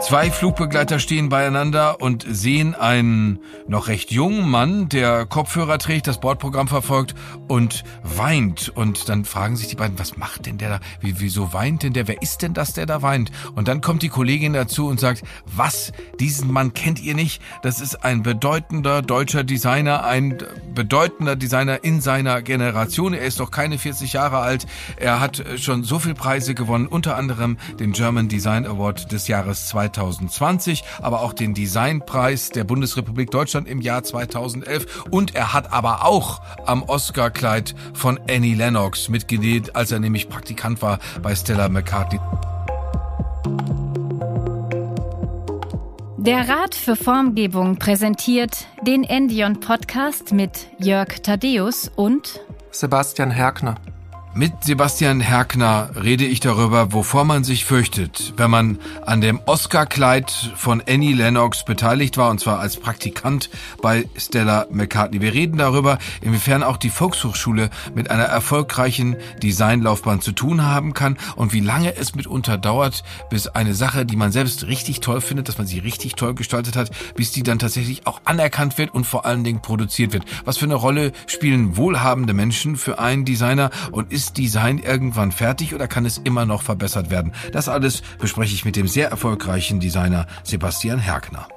Zwei Flugbegleiter stehen beieinander und sehen einen noch recht jungen Mann, der Kopfhörer trägt, das Bordprogramm verfolgt und weint. Und dann fragen sich die beiden, was macht denn der da? Wieso weint denn der? Wer ist denn das, der da weint? Und dann kommt die Kollegin dazu und sagt, was? Diesen Mann kennt ihr nicht? Das ist ein bedeutender deutscher Designer, ein bedeutender Designer in seiner Generation. Er ist doch keine 40 Jahre alt. Er hat schon so viele Preise gewonnen, unter anderem den German Design Award des Jahres 2020, aber auch den Designpreis der Bundesrepublik Deutschland im Jahr 2011. Und er hat aber auch am Oscar-Kleid von Annie Lennox mitgenäht, als er nämlich Praktikant war bei Stella McCartney. Der Rat für Formgebung präsentiert den Endion Podcast mit Jörg Thaddeus und Sebastian Herkner. Mit Sebastian Herkner rede ich darüber, wovor man sich fürchtet, wenn man an dem Oscar-Kleid von Annie Lennox beteiligt war, und zwar als Praktikant bei Stella McCartney. Wir reden darüber, inwiefern auch die Volkshochschule mit einer erfolgreichen Designlaufbahn zu tun haben kann und wie lange es mitunter dauert, bis eine Sache, die man selbst richtig toll findet, dass man sie richtig toll gestaltet hat, bis die dann tatsächlich auch anerkannt wird und vor allen Dingen produziert wird. Was für eine Rolle spielen wohlhabende Menschen für einen Designer und ist Design irgendwann fertig oder kann es immer noch verbessert werden? Das alles bespreche ich mit dem sehr erfolgreichen Designer Sebastian Herkner.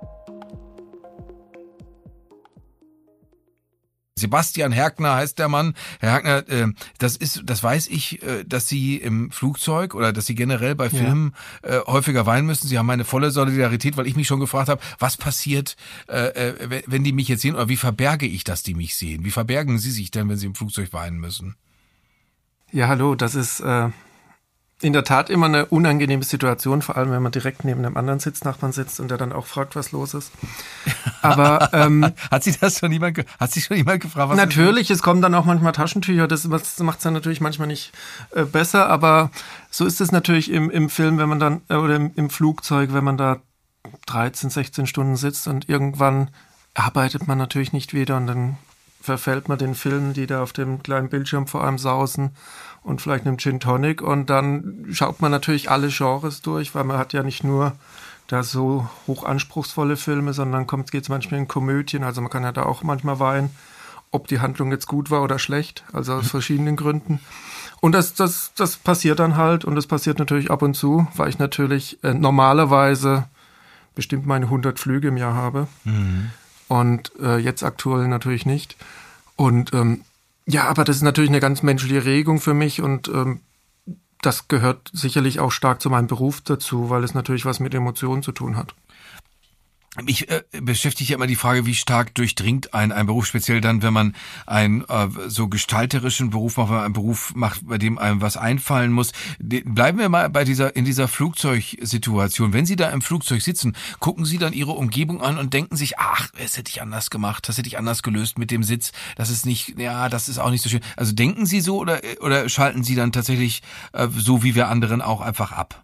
Sebastian Herkner heißt der Mann. Herr Herkner, das weiß ich, dass Sie im Flugzeug oder dass Sie generell bei Filmen häufiger weinen müssen. Sie haben meine volle Solidarität, weil ich mich schon gefragt habe, was passiert, wenn die mich jetzt sehen, oder wie verberge ich, dass die mich sehen? Wie verbergen Sie sich denn, wenn Sie im Flugzeug weinen müssen? Ja, hallo, das ist in der Tat immer eine unangenehme Situation, vor allem wenn man direkt neben einem anderen Sitznachbarn sitzt und der dann auch fragt, was los ist. Aber hat sich schon jemand gefragt, was natürlich, es kommen dann auch manchmal Taschentücher, das macht es dann natürlich manchmal nicht besser, aber so ist es natürlich im Film, wenn man dann oder im Flugzeug, wenn man da 13, 16 Stunden sitzt und irgendwann arbeitet man natürlich nicht wieder und dann verfällt man den Filmen, die da auf dem kleinen Bildschirm vor einem sausen und vielleicht einem Gin Tonic und dann schaut man natürlich alle Genres durch, weil man hat ja nicht nur da so hochanspruchsvolle Filme, sondern geht es manchmal in Komödien, also man kann ja da auch manchmal weinen, ob die Handlung jetzt gut war oder schlecht, also aus verschiedenen Gründen. Und das passiert dann halt und das passiert natürlich ab und zu, weil ich natürlich normalerweise bestimmt meine 100 Flüge im Jahr habe. Mhm. Und jetzt aktuell natürlich nicht. Und aber das ist natürlich eine ganz menschliche Regung für mich und das gehört sicherlich auch stark zu meinem Beruf dazu, weil es natürlich was mit Emotionen zu tun hat. Mich beschäftigt ja immer die Frage, wie stark durchdringt ein Beruf, speziell dann, wenn man einen so gestalterischen Beruf macht, wenn man einen Beruf macht, bei dem einem was einfallen muss. Bleiben wir mal in dieser Flugzeugsituation. Wenn Sie da im Flugzeug sitzen, gucken Sie dann Ihre Umgebung an und denken sich, ach, das hätte ich anders gemacht, das hätte ich anders gelöst mit dem Sitz, das ist auch nicht so schön. Also denken Sie so oder schalten Sie dann tatsächlich so wie wir anderen auch einfach ab?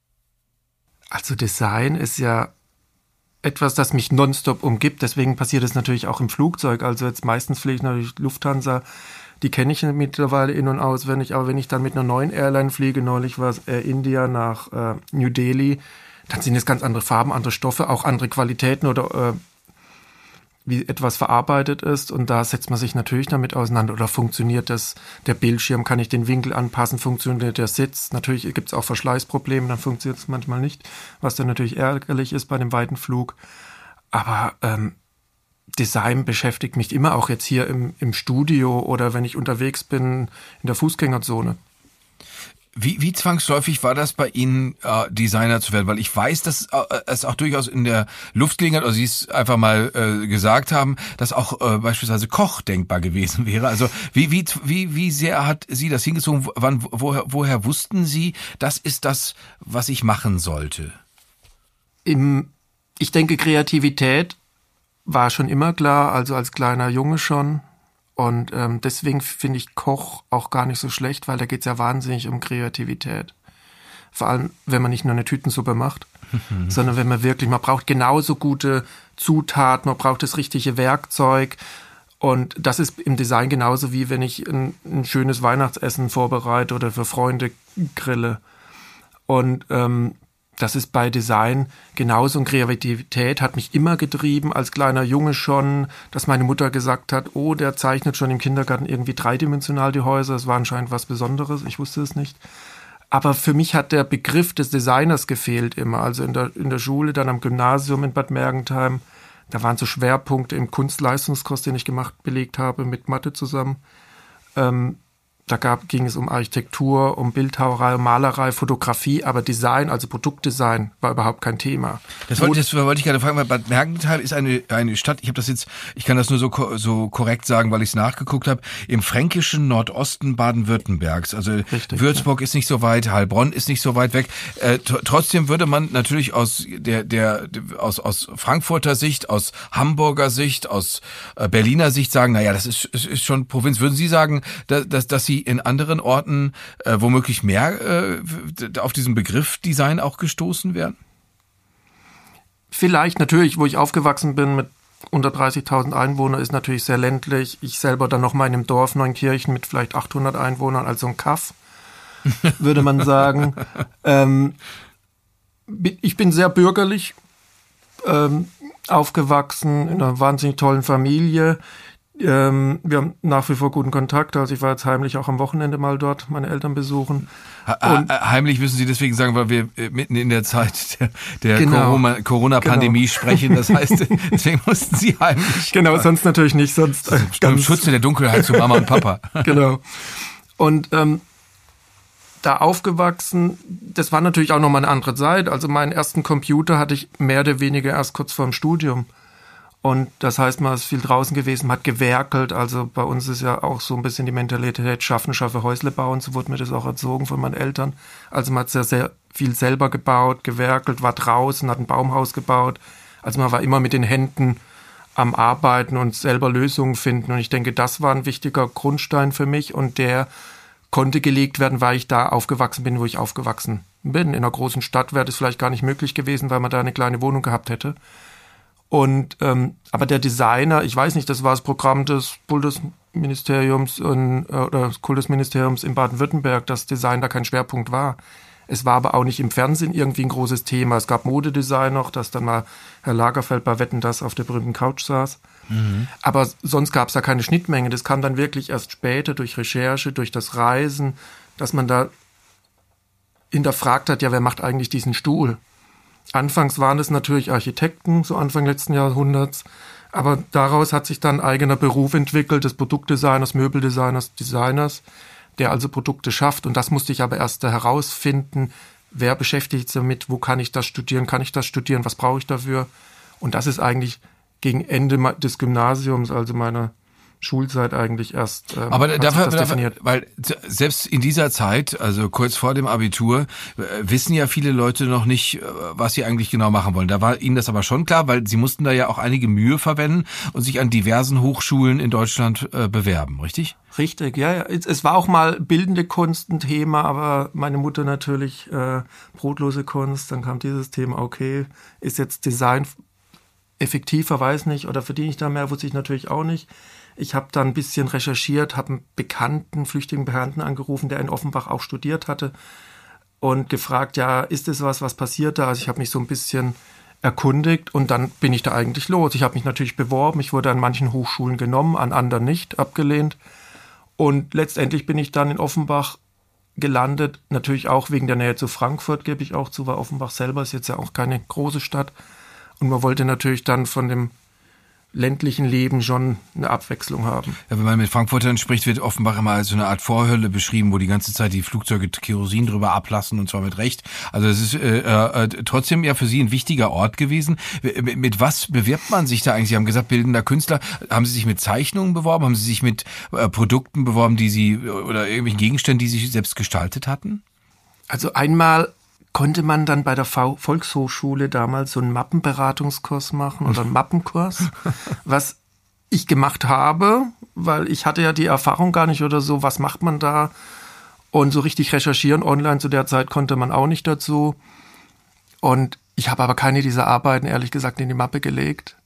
Also Design ist ja etwas, das mich nonstop umgibt. Deswegen passiert es natürlich auch im Flugzeug. Also jetzt meistens fliege ich natürlich Lufthansa. Die kenne ich mittlerweile in- und auswendig. Aber wenn ich dann mit einer neuen Airline fliege, neulich war es Air India nach New Delhi, dann sind es ganz andere Farben, andere Stoffe, auch andere Qualitäten oder wie etwas verarbeitet ist. Und da setzt man sich natürlich damit auseinander. Oder funktioniert der Bildschirm? Kann ich den Winkel anpassen? Funktioniert der Sitz? Natürlich gibt es auch Verschleißprobleme, dann funktioniert es manchmal nicht, was dann natürlich ärgerlich ist bei dem weiten Flug. Aber Design beschäftigt mich immer, auch jetzt hier im Studio oder wenn ich unterwegs bin in der Fußgängerzone. Wie zwangsläufig war das bei Ihnen, Designer zu werden? Weil ich weiß, dass es auch durchaus in der Luft gelegen hat, oder Sie es einfach mal gesagt haben, dass auch beispielsweise Koch denkbar gewesen wäre. Also wie sehr hat Sie das hingezogen? Woher wussten Sie, das ist das, was ich machen sollte? Ich denke, Kreativität war schon immer klar, also als kleiner Junge schon. Und deswegen finde ich Koch auch gar nicht so schlecht, weil da geht es ja wahnsinnig um Kreativität. Vor allem, wenn man nicht nur eine Tütensuppe macht, sondern wenn man braucht genauso gute Zutaten, man braucht das richtige Werkzeug. Und das ist im Design genauso wie wenn ich ein schönes Weihnachtsessen vorbereite oder für Freunde grille. Und das ist bei Design genauso. Und Kreativität hat mich immer getrieben, als kleiner Junge schon, dass meine Mutter gesagt hat, oh, der zeichnet schon im Kindergarten irgendwie dreidimensional die Häuser. Das war anscheinend was Besonderes, ich wusste es nicht. Aber für mich hat der Begriff des Designers gefehlt immer. Also in der Schule, dann am Gymnasium in Bad Mergentheim, da waren so Schwerpunkte im Kunstleistungskurs, den ich belegt habe mit Mathe zusammen. Da ging es um Architektur, um Bildhauerei, um Malerei, Fotografie, aber Design, also Produktdesign, war überhaupt kein Thema. Das wollte ich gerade fragen, weil Bad Mergentheim ist eine Stadt, ich kann das nur so korrekt sagen, weil ich es nachgeguckt habe, im fränkischen Nordosten Baden-Württembergs. Also richtig, Würzburg ist nicht so weit, Heilbronn ist nicht so weit weg. Trotzdem würde man natürlich aus Frankfurter Sicht, aus Hamburger Sicht, aus Berliner Sicht sagen, naja, das ist schon Provinz. Würden Sie sagen, dass Sie in anderen Orten womöglich mehr auf diesen Begriff Design auch gestoßen werden? Vielleicht, natürlich, wo ich aufgewachsen bin mit unter 30.000 Einwohnern, ist natürlich sehr ländlich. Ich selber dann noch mal in einem Dorf Neunkirchen mit vielleicht 800 Einwohnern, also ein Kaff, würde man sagen. Ich bin sehr bürgerlich aufgewachsen, in einer wahnsinnig tollen Familie. Wir haben nach wie vor guten Kontakt, also ich war jetzt heimlich auch am Wochenende mal dort, meine Eltern besuchen. Heimlich müssen Sie deswegen sagen, weil wir mitten in der Zeit der Corona-Pandemie sprechen, das heißt, deswegen mussten Sie heimlich. Genau, sonst natürlich nicht, sonst im Schutze der Dunkelheit zu Mama und Papa. Genau. Und da aufgewachsen, das war natürlich auch nochmal eine andere Zeit, also meinen ersten Computer hatte ich mehr oder weniger erst kurz vor dem Studium. Und das heißt, man ist viel draußen gewesen, man hat gewerkelt. Also bei uns ist ja auch so ein bisschen die Mentalität, schaffe Häusle bauen. So wurde mir das auch erzogen von meinen Eltern. Also man hat sehr, sehr viel selber gebaut, gewerkelt, war draußen, hat ein Baumhaus gebaut. Also man war immer mit den Händen am Arbeiten und selber Lösungen finden. Und ich denke, das war ein wichtiger Grundstein für mich. Und der konnte gelegt werden, weil ich da aufgewachsen bin, wo ich aufgewachsen bin. In einer großen Stadt wäre das vielleicht gar nicht möglich gewesen, weil man da eine kleine Wohnung gehabt hätte. Und aber der Designer, ich weiß nicht, das war das Programm des Kultusministeriums oder des Kultusministeriums in Baden-Württemberg, dass Design da kein Schwerpunkt war. Es war aber auch nicht im Fernsehen irgendwie ein großes Thema. Es gab Modedesign noch, dass dann mal Herr Lagerfeld bei Wetten, dass auf der berühmten Couch saß. Mhm. Aber sonst gab es da keine Schnittmenge. Das kam dann wirklich erst später durch Recherche, durch das Reisen, dass man da hinterfragt hat, ja, wer macht eigentlich diesen Stuhl? Anfangs waren es natürlich Architekten, so Anfang letzten Jahrhunderts, aber daraus hat sich dann ein eigener Beruf entwickelt, des Produktdesigners, Möbeldesigners, Designers, der also Produkte schafft. Und das musste ich aber erst herausfinden, wer beschäftigt sich damit, wo kann ich das studieren, was brauche ich dafür? Und das ist eigentlich gegen Ende des Gymnasiums, also meiner Schulzeit eigentlich erst aber dafür, definiert. Weil selbst in dieser Zeit, also kurz vor dem Abitur, wissen ja viele Leute noch nicht, was sie eigentlich genau machen wollen. Da war Ihnen das aber schon klar, weil Sie mussten da ja auch einige Mühe verwenden und sich an diversen Hochschulen in Deutschland bewerben, richtig? Richtig, ja. Es war auch mal bildende Kunst ein Thema, aber meine Mutter natürlich brotlose Kunst. Dann kam dieses Thema, okay, ist jetzt Design effektiver, weiß nicht, oder verdiene ich da mehr, wusste ich natürlich auch nicht. Ich habe dann ein bisschen recherchiert, habe einen flüchtigen Bekannten angerufen, der in Offenbach auch studiert hatte und gefragt, ja, ist das was passiert da? Also ich habe mich so ein bisschen erkundigt und dann bin ich da eigentlich los. Ich habe mich natürlich beworben, ich wurde an manchen Hochschulen genommen, an anderen nicht, abgelehnt. Und letztendlich bin ich dann in Offenbach gelandet, natürlich auch wegen der Nähe zu Frankfurt, gebe ich auch zu, weil Offenbach selber ist jetzt ja auch keine große Stadt. Und man wollte natürlich dann von dem ländlichen Leben schon eine Abwechslung haben. Ja, wenn man mit Frankfurtern spricht, wird Offenbach immer als so eine Art Vorhölle beschrieben, wo die ganze Zeit die Flugzeuge Kerosin drüber ablassen und zwar mit Recht. Also es ist trotzdem ja für Sie ein wichtiger Ort gewesen. Mit was bewirbt man sich da eigentlich? Sie haben gesagt, bildender Künstler. Haben Sie sich mit Zeichnungen beworben? Haben Sie sich mit Produkten beworben, die Sie oder irgendwelchen Gegenständen, die Sie selbst gestaltet hatten? Also einmal konnte man dann bei der Volkshochschule damals so einen Mappenberatungskurs machen oder einen Mappenkurs, was ich gemacht habe, weil ich hatte ja die Erfahrung gar nicht oder so, was macht man da? Und so richtig recherchieren online zu der Zeit konnte man auch nicht dazu. Und ich habe aber keine dieser Arbeiten, ehrlich gesagt, in die Mappe gelegt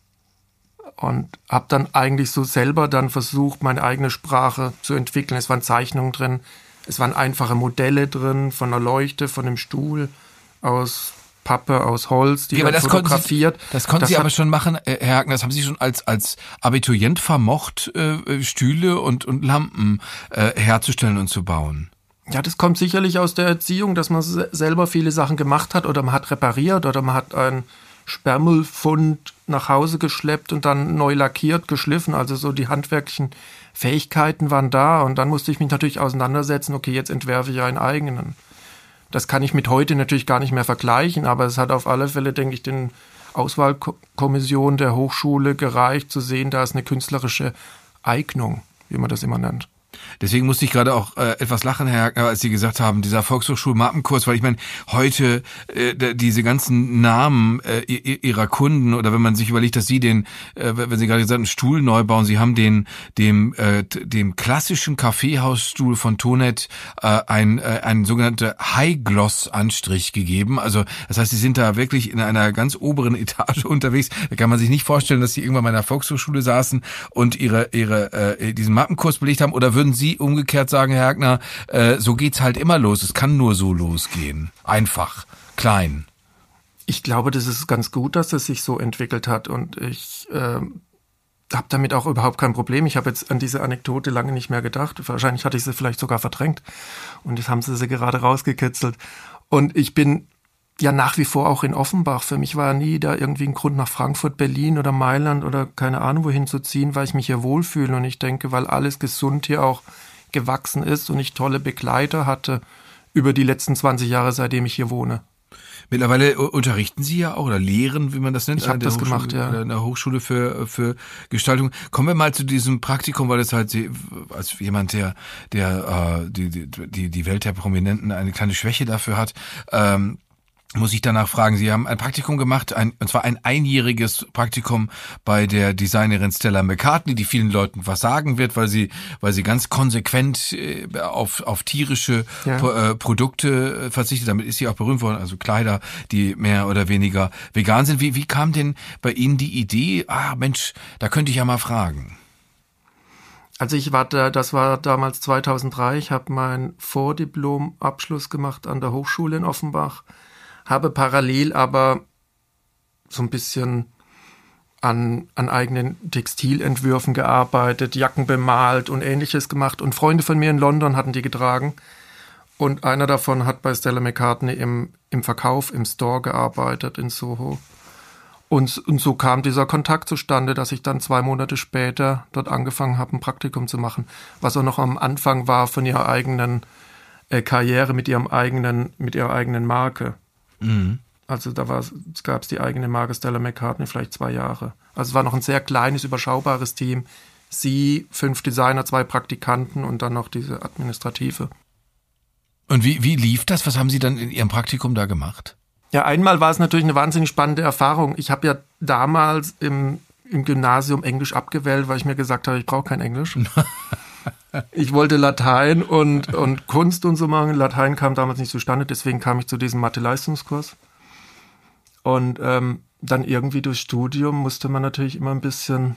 und habe dann eigentlich so selber dann versucht, meine eigene Sprache zu entwickeln. Es waren Zeichnungen drin, es waren einfache Modelle drin von einer Leuchte, von einem Stuhl aus Pappe, aus Holz, die aber das fotografiert. Das konnten Sie aber schon machen, Herr Hackner, das haben Sie schon als Abiturient vermocht, Stühle und Lampen herzustellen und zu bauen. Ja, das kommt sicherlich aus der Erziehung, dass man selber viele Sachen gemacht hat oder man hat repariert oder man hat einen Sperrmüllfund nach Hause geschleppt und dann neu lackiert, geschliffen. Also so die handwerklichen Fähigkeiten waren da und dann musste ich mich natürlich auseinandersetzen, okay, jetzt entwerfe ich einen eigenen. Das kann ich mit heute natürlich gar nicht mehr vergleichen, aber es hat auf alle Fälle, denke ich, den Auswahlkommissionen der Hochschule gereicht, zu sehen, da ist eine künstlerische Eignung, wie man das immer nennt. Deswegen musste ich gerade auch etwas lachen, Herr Hackner, als Sie gesagt haben, dieser Volkshochschul-Mappenkurs, weil ich meine, heute diese ganzen Namen Ihrer Kunden oder wenn man sich überlegt, dass Sie wenn Sie gerade gesagt haben, Stuhl neu bauen, Sie haben dem klassischen Kaffeehausstuhl von Tonet einen sogenannten High-Gloss-Anstrich gegeben. Also das heißt, Sie sind da wirklich in einer ganz oberen Etage unterwegs. Da kann man sich nicht vorstellen, dass Sie irgendwann bei einer Volkshochschule saßen und diesen Mappenkurs belegt haben. Oder würden Sie umgekehrt sagen, Herr Hackner, so geht's halt immer los. Es kann nur so losgehen. Einfach, klein. Ich glaube, das ist ganz gut, dass es sich so entwickelt hat und ich habe damit auch überhaupt kein Problem. Ich habe jetzt an diese Anekdote lange nicht mehr gedacht. Wahrscheinlich hatte ich sie vielleicht sogar verdrängt und jetzt haben sie gerade rausgekitzelt. Und ich bin ja nach wie vor auch in Offenbach. Für mich war nie da irgendwie ein Grund, nach Frankfurt, Berlin oder Mailand oder keine Ahnung wohin zu ziehen, weil ich mich hier wohlfühle. Und ich denke, weil alles gesund hier auch gewachsen ist und ich tolle Begleiter hatte über die letzten 20 Jahre, seitdem ich hier wohne. Mittlerweile unterrichten Sie ja auch oder lehren, wie man das nennt. Ich habe das gemacht, ja. In der Hochschule für Gestaltung. Kommen wir mal zu diesem Praktikum, weil das halt als jemand, der die Welt der Prominenten eine kleine Schwäche dafür hat, muss ich danach fragen. Sie haben ein Praktikum gemacht, und zwar ein einjähriges Praktikum bei der Designerin Stella McCartney, die vielen Leuten was sagen wird, weil sie ganz konsequent auf tierische Produkte verzichtet. Damit ist sie auch berühmt worden, also Kleider, die mehr oder weniger vegan sind. Wie kam denn bei Ihnen die Idee, Mensch, da könnte ich ja mal fragen? Also das war damals 2003, ich habe meinen Vordiplom-Abschluss gemacht an der Hochschule in Offenbach, habe parallel aber so ein bisschen an eigenen Textilentwürfen gearbeitet, Jacken bemalt und Ähnliches gemacht. Und Freunde von mir in London hatten die getragen. Und einer davon hat bei Stella McCartney im Verkauf, im Store gearbeitet in Soho. Und so kam dieser Kontakt zustande, dass ich dann 2 Monate später dort angefangen habe, ein Praktikum zu machen. Was auch noch am Anfang war von ihrer eigenen Karriere mit ihrer eigenen Marke. Mhm. Also gab es die eigene Marke Stella McCartney vielleicht 2 Jahre. Also es war noch ein sehr kleines, überschaubares Team. Sie, 5 Designer, 2 Praktikanten und dann noch diese Administrative. Und wie lief das? Was haben Sie dann in Ihrem Praktikum da gemacht? Ja, einmal war es natürlich eine wahnsinnig spannende Erfahrung. Ich habe ja damals im Gymnasium Englisch abgewählt, weil ich mir gesagt habe, ich brauche kein Englisch. Ich wollte Latein und Kunst und so machen. Latein kam damals nicht zustande, deswegen kam ich zu diesem Mathe-Leistungskurs. Und dann irgendwie durchs Studium musste man natürlich immer ein bisschen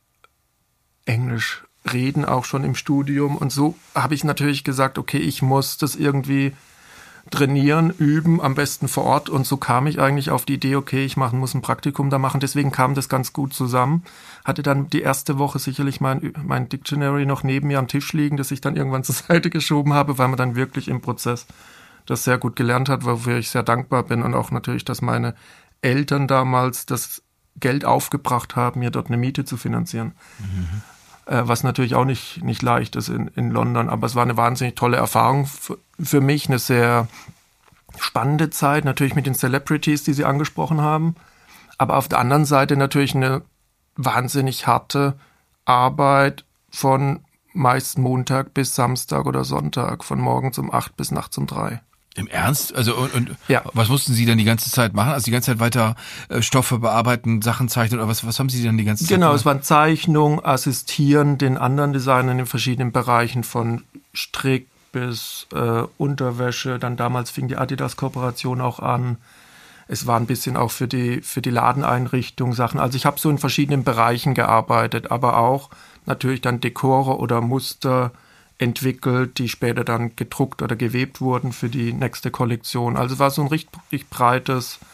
Englisch reden, auch schon im Studium. Und so habe ich natürlich gesagt, okay, ich muss das irgendwie trainieren, üben, am besten vor Ort. Und so kam ich eigentlich auf die Idee, okay, muss ein Praktikum da machen. Deswegen kam das ganz gut zusammen. Hatte dann die erste Woche sicherlich mein Dictionary noch neben mir am Tisch liegen, das ich dann irgendwann zur Seite geschoben habe, weil man dann wirklich im Prozess das sehr gut gelernt hat, wofür ich sehr dankbar bin. Und auch natürlich, dass meine Eltern damals das Geld aufgebracht haben, mir dort eine Miete zu finanzieren. Mhm. Was natürlich auch nicht leicht ist in London, aber es war eine wahnsinnig tolle Erfahrung für mich, eine sehr spannende Zeit, natürlich mit den Celebrities, die Sie angesprochen haben, aber auf der anderen Seite natürlich eine wahnsinnig harte Arbeit von meist Montag bis Samstag oder Sonntag, von morgens um 8 bis nachts um 3. Im Ernst? Also und ja. Was mussten Sie dann die ganze Zeit machen? Also die ganze Zeit weiter Stoffe bearbeiten, Sachen zeichnen oder was haben Sie dann die ganze Zeit gemacht? Genau, es waren Zeichnungen, assistieren den anderen Designern in verschiedenen Bereichen von Strick bis Unterwäsche. Dann damals fing die Adidas-Kooperation auch an. Es war ein bisschen auch für die Ladeneinrichtung Sachen. Also ich habe so in verschiedenen Bereichen gearbeitet, aber auch natürlich dann Dekore oder Muster entwickelt, die später dann gedruckt oder gewebt wurden für die nächste Kollektion. Also war so ein richtig breites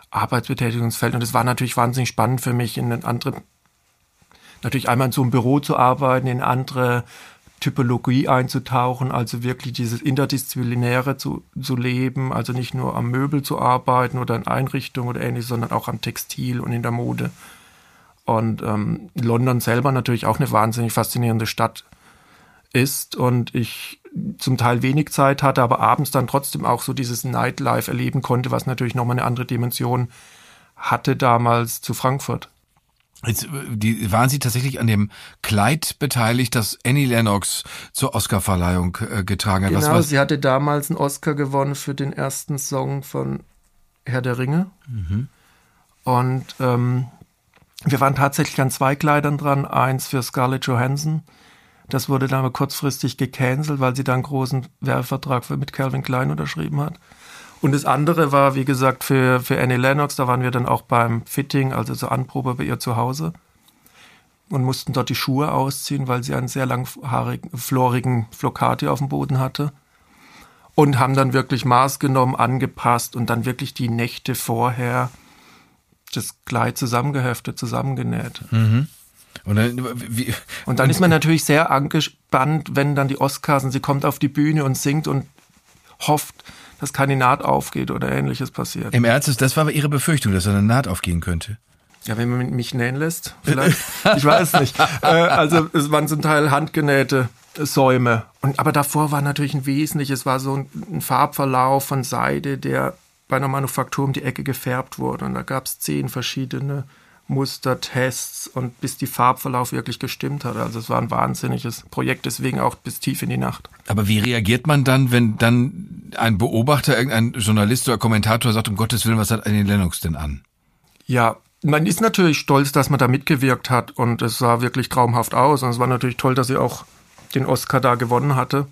Arbeitsbetätigungsfeld. Und es war natürlich wahnsinnig spannend für mich, in natürlich einmal in so einem Büro zu arbeiten, in andere Typologie einzutauchen, also wirklich dieses Interdisziplinäre zu leben, also nicht nur am Möbel zu arbeiten oder in Einrichtungen oder ähnliches, sondern auch am Textil und in der Mode. Und London selber natürlich auch eine wahnsinnig faszinierende Stadt ist und ich zum Teil wenig Zeit hatte, aber abends dann trotzdem auch so dieses Nightlife erleben konnte, was natürlich nochmal eine andere Dimension hatte damals zu Frankfurt. Jetzt, waren Sie tatsächlich an dem Kleid beteiligt, das Annie Lennox zur Oscarverleihung getragen hat? Genau, sie hatte damals einen Oscar gewonnen für den ersten Song von Herr der Ringe. Mhm. Und wir waren tatsächlich an 2 Kleidern dran, eins für Scarlett Johansson. Das wurde dann aber kurzfristig gecancelt, weil sie dann einen großen Werbevertrag mit Calvin Klein unterschrieben hat. Und das andere war, wie gesagt, für Annie Lennox, da waren wir dann auch beim Fitting, also zur Anprobe bei ihr zu Hause und mussten dort die Schuhe ausziehen, weil sie einen sehr langhaarigen, florigen Flocati auf dem Boden hatte und haben dann wirklich Maß genommen, angepasst und dann wirklich die Nächte vorher das Kleid zusammengeheftet, zusammengenäht. Mhm. Und dann ist man natürlich sehr angespannt, wenn dann die Oscars und sie kommt auf die Bühne und singt und hofft, dass keine Naht aufgeht oder Ähnliches passiert. Im Ernst, das war Ihre Befürchtung, dass eine Naht aufgehen könnte? Ja, wenn man mich nähen lässt, vielleicht. Ich weiß nicht. Also es waren zum Teil handgenähte Säume. Aber davor war natürlich ein wesentliches, war so ein Farbverlauf von Seide, der bei einer Manufaktur um die Ecke gefärbt wurde. Und da gab es 10 verschiedene Mustertests und bis die Farbverlauf wirklich gestimmt hat. Also es war ein wahnsinniges Projekt, deswegen auch bis tief in die Nacht. Aber wie reagiert man dann, wenn dann ein Beobachter, irgendein Journalist oder Kommentator sagt, um Gottes Willen, was hat Annie Lennox denn an? Ja, man ist natürlich stolz, dass man da mitgewirkt hat und es sah wirklich traumhaft aus und es war natürlich toll, dass sie auch den Oscar da gewonnen hatte.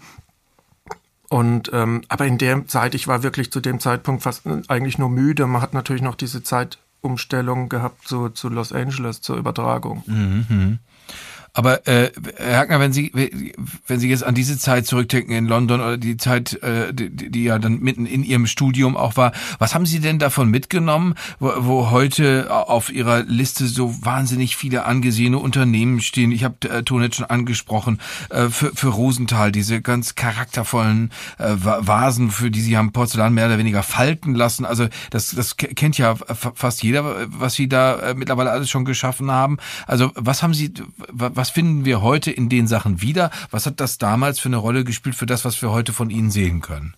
Und aber in der Zeit, ich war wirklich zu dem Zeitpunkt fast eigentlich nur müde. Man hat natürlich noch diese Zeitumstellung gehabt zu Los Angeles, zur Übertragung. Mhm. Aber Herr Hackner, wenn Sie jetzt an diese Zeit zurückdenken in London oder die Zeit, die ja dann mitten in Ihrem Studium auch war, was haben Sie denn davon mitgenommen, wo heute auf Ihrer Liste so wahnsinnig viele angesehene Unternehmen stehen? Ich habe Tonet schon angesprochen, für Rosenthal, diese ganz charaktervollen Vasen, für die Sie haben Porzellan mehr oder weniger falten lassen. Also das kennt ja fast jeder, was Sie da mittlerweile alles schon geschaffen haben. Also was finden wir heute in den Sachen wieder? Was hat das damals für eine Rolle gespielt für das, was wir heute von Ihnen sehen können?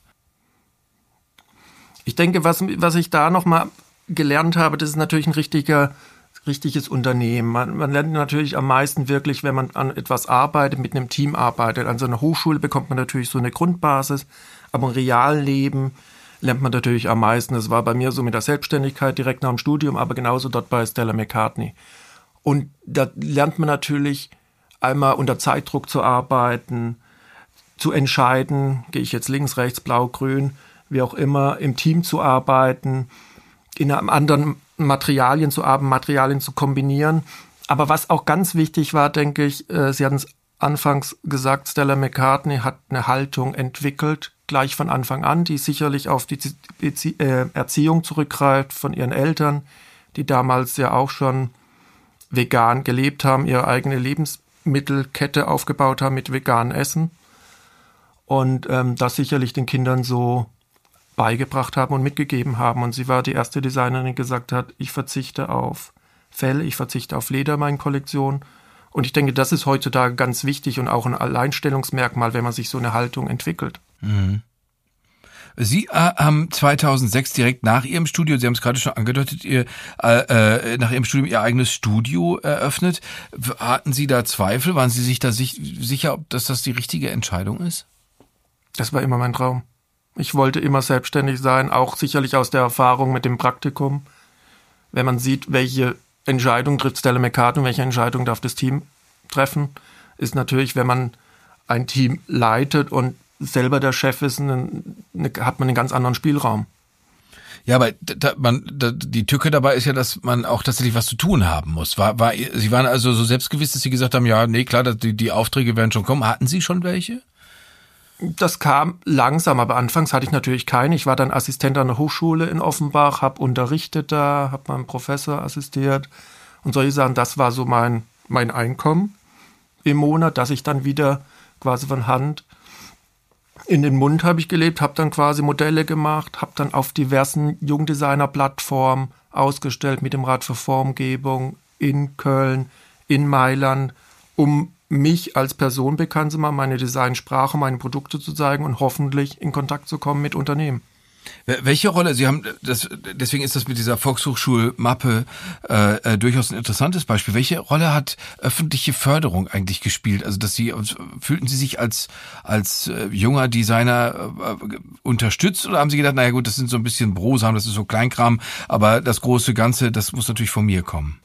Ich denke, was ich da nochmal gelernt habe, das ist natürlich ein richtiges Unternehmen. Man lernt natürlich am meisten wirklich, wenn man an etwas arbeitet, mit einem Team arbeitet. An so einer Hochschule bekommt man natürlich so eine Grundbasis, aber im realen Leben lernt man natürlich am meisten. Das war bei mir so mit der Selbstständigkeit direkt nach dem Studium, aber genauso dort bei Stella McCartney. Und da lernt man natürlich einmal unter Zeitdruck zu arbeiten, zu entscheiden, gehe ich jetzt links, rechts, blau, grün, wie auch immer, im Team zu arbeiten, in einem anderen Materialien zu arbeiten, Materialien zu kombinieren. Aber was auch ganz wichtig war, denke ich, Sie hatten es anfangs gesagt, Stella McCartney hat eine Haltung entwickelt, gleich von Anfang an, die sicherlich auf die Erziehung zurückgreift von ihren Eltern, die damals ja auch schon vegan gelebt haben, ihre eigene Lebensmittelkette aufgebaut haben mit veganem Essen und das sicherlich den Kindern so beigebracht haben und mitgegeben haben. Und sie war die erste Designerin, die gesagt hat, ich verzichte auf Fell, ich verzichte auf Leder in meinen Kollektionen. Und ich denke, das ist heutzutage ganz wichtig und auch ein Alleinstellungsmerkmal, wenn man sich so eine Haltung entwickelt. Mhm. Sie haben 2006 direkt nach Ihrem Studio, Sie haben es gerade schon angedeutet, nach Ihrem Studium Ihr eigenes Studio eröffnet. Hatten Sie da Zweifel? Waren Sie sich da sicher, dass das die richtige Entscheidung ist? Das war immer mein Traum. Ich wollte immer selbstständig sein, auch sicherlich aus der Erfahrung mit dem Praktikum. Wenn man sieht, welche Entscheidung trifft Stella McCartney, welche Entscheidung darf das Team treffen, ist natürlich, wenn man ein Team leitet und selber der Chef ist, hat man einen ganz anderen Spielraum. Ja, aber die Tücke dabei ist ja, dass man auch tatsächlich was zu tun haben muss. Sie waren also so selbstgewiss, dass Sie gesagt haben, ja, nee, klar, die Aufträge werden schon kommen. Hatten Sie schon welche? Das kam langsam, aber anfangs hatte ich natürlich keine. Ich war dann Assistent an der Hochschule in Offenbach, habe unterrichtet da, habe meinem Professor assistiert und solche Sachen. Das war so mein Einkommen im Monat, dass ich dann wieder quasi von Hand in den Mund habe ich gelebt, habe dann quasi Modelle gemacht, habe dann auf diversen Jungdesigner-Plattformen ausgestellt mit dem Rat für Formgebung in Köln, in Mailand, um mich als Person bekannt zu machen, meine Designsprache, meine Produkte zu zeigen und hoffentlich in Kontakt zu kommen mit Unternehmen. Welche Rolle, Sie haben das, deswegen ist das mit dieser Volkshochschulmappe durchaus ein interessantes Beispiel. Welche Rolle hat öffentliche Förderung eigentlich gespielt? Also, fühlten Sie sich als junger Designer unterstützt oder haben Sie gedacht, naja gut, das sind so ein bisschen Brosamen, das ist so Kleinkram, aber das große Ganze, das muss natürlich von mir kommen?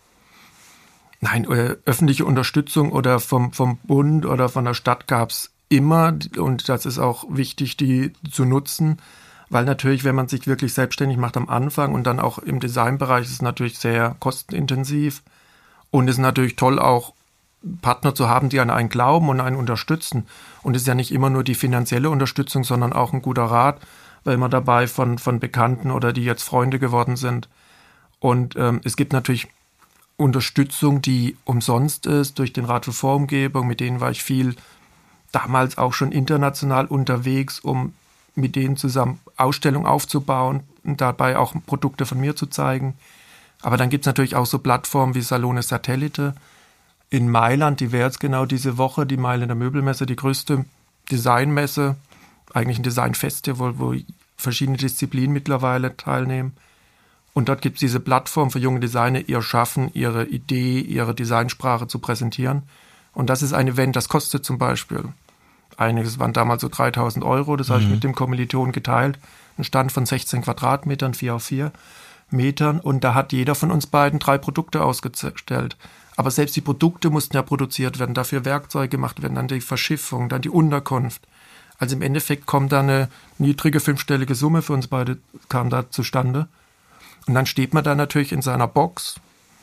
Nein, öffentliche Unterstützung oder vom Bund oder von der Stadt gab's immer und das ist auch wichtig, die zu nutzen. Weil natürlich, wenn man sich wirklich selbstständig macht am Anfang und dann auch im Designbereich, ist es natürlich sehr kostenintensiv und es ist natürlich toll, auch Partner zu haben, die an einen glauben und einen unterstützen. Und es ist ja nicht immer nur die finanzielle Unterstützung, sondern auch ein guter Rat, weil immer dabei von Bekannten oder die jetzt Freunde geworden sind. Und es gibt natürlich Unterstützung, die umsonst ist, durch den Rat für Formgebung, mit denen war ich viel damals auch schon international unterwegs, um mit denen zusammen Ausstellungen aufzubauen und dabei auch Produkte von mir zu zeigen. Aber dann gibt es natürlich auch so Plattformen wie Salone Satellite in Mailand, die wäre jetzt genau diese Woche, die Mailänder Möbelmesse, die größte Designmesse, eigentlich ein Designfestival, wo verschiedene Disziplinen mittlerweile teilnehmen. Und dort gibt es diese Plattform für junge Designer, ihr Schaffen, ihre Idee, ihre Designsprache zu präsentieren. Und das ist ein Event, das kostet zum Beispiel einiges, waren damals so 3.000 €, das habe ich mit dem Kommilitonen geteilt. Ein Stand von 16 Quadratmetern, 4 auf 4 Metern. Und da hat jeder von uns beiden 3 Produkte ausgestellt. Aber selbst die Produkte mussten ja produziert werden, dafür Werkzeuge gemacht werden, dann die Verschiffung, dann die Unterkunft. Also im Endeffekt kommt da eine niedrige 5-stellige Summe für uns beide, kam da zustande. Und dann steht man da natürlich in seiner Box,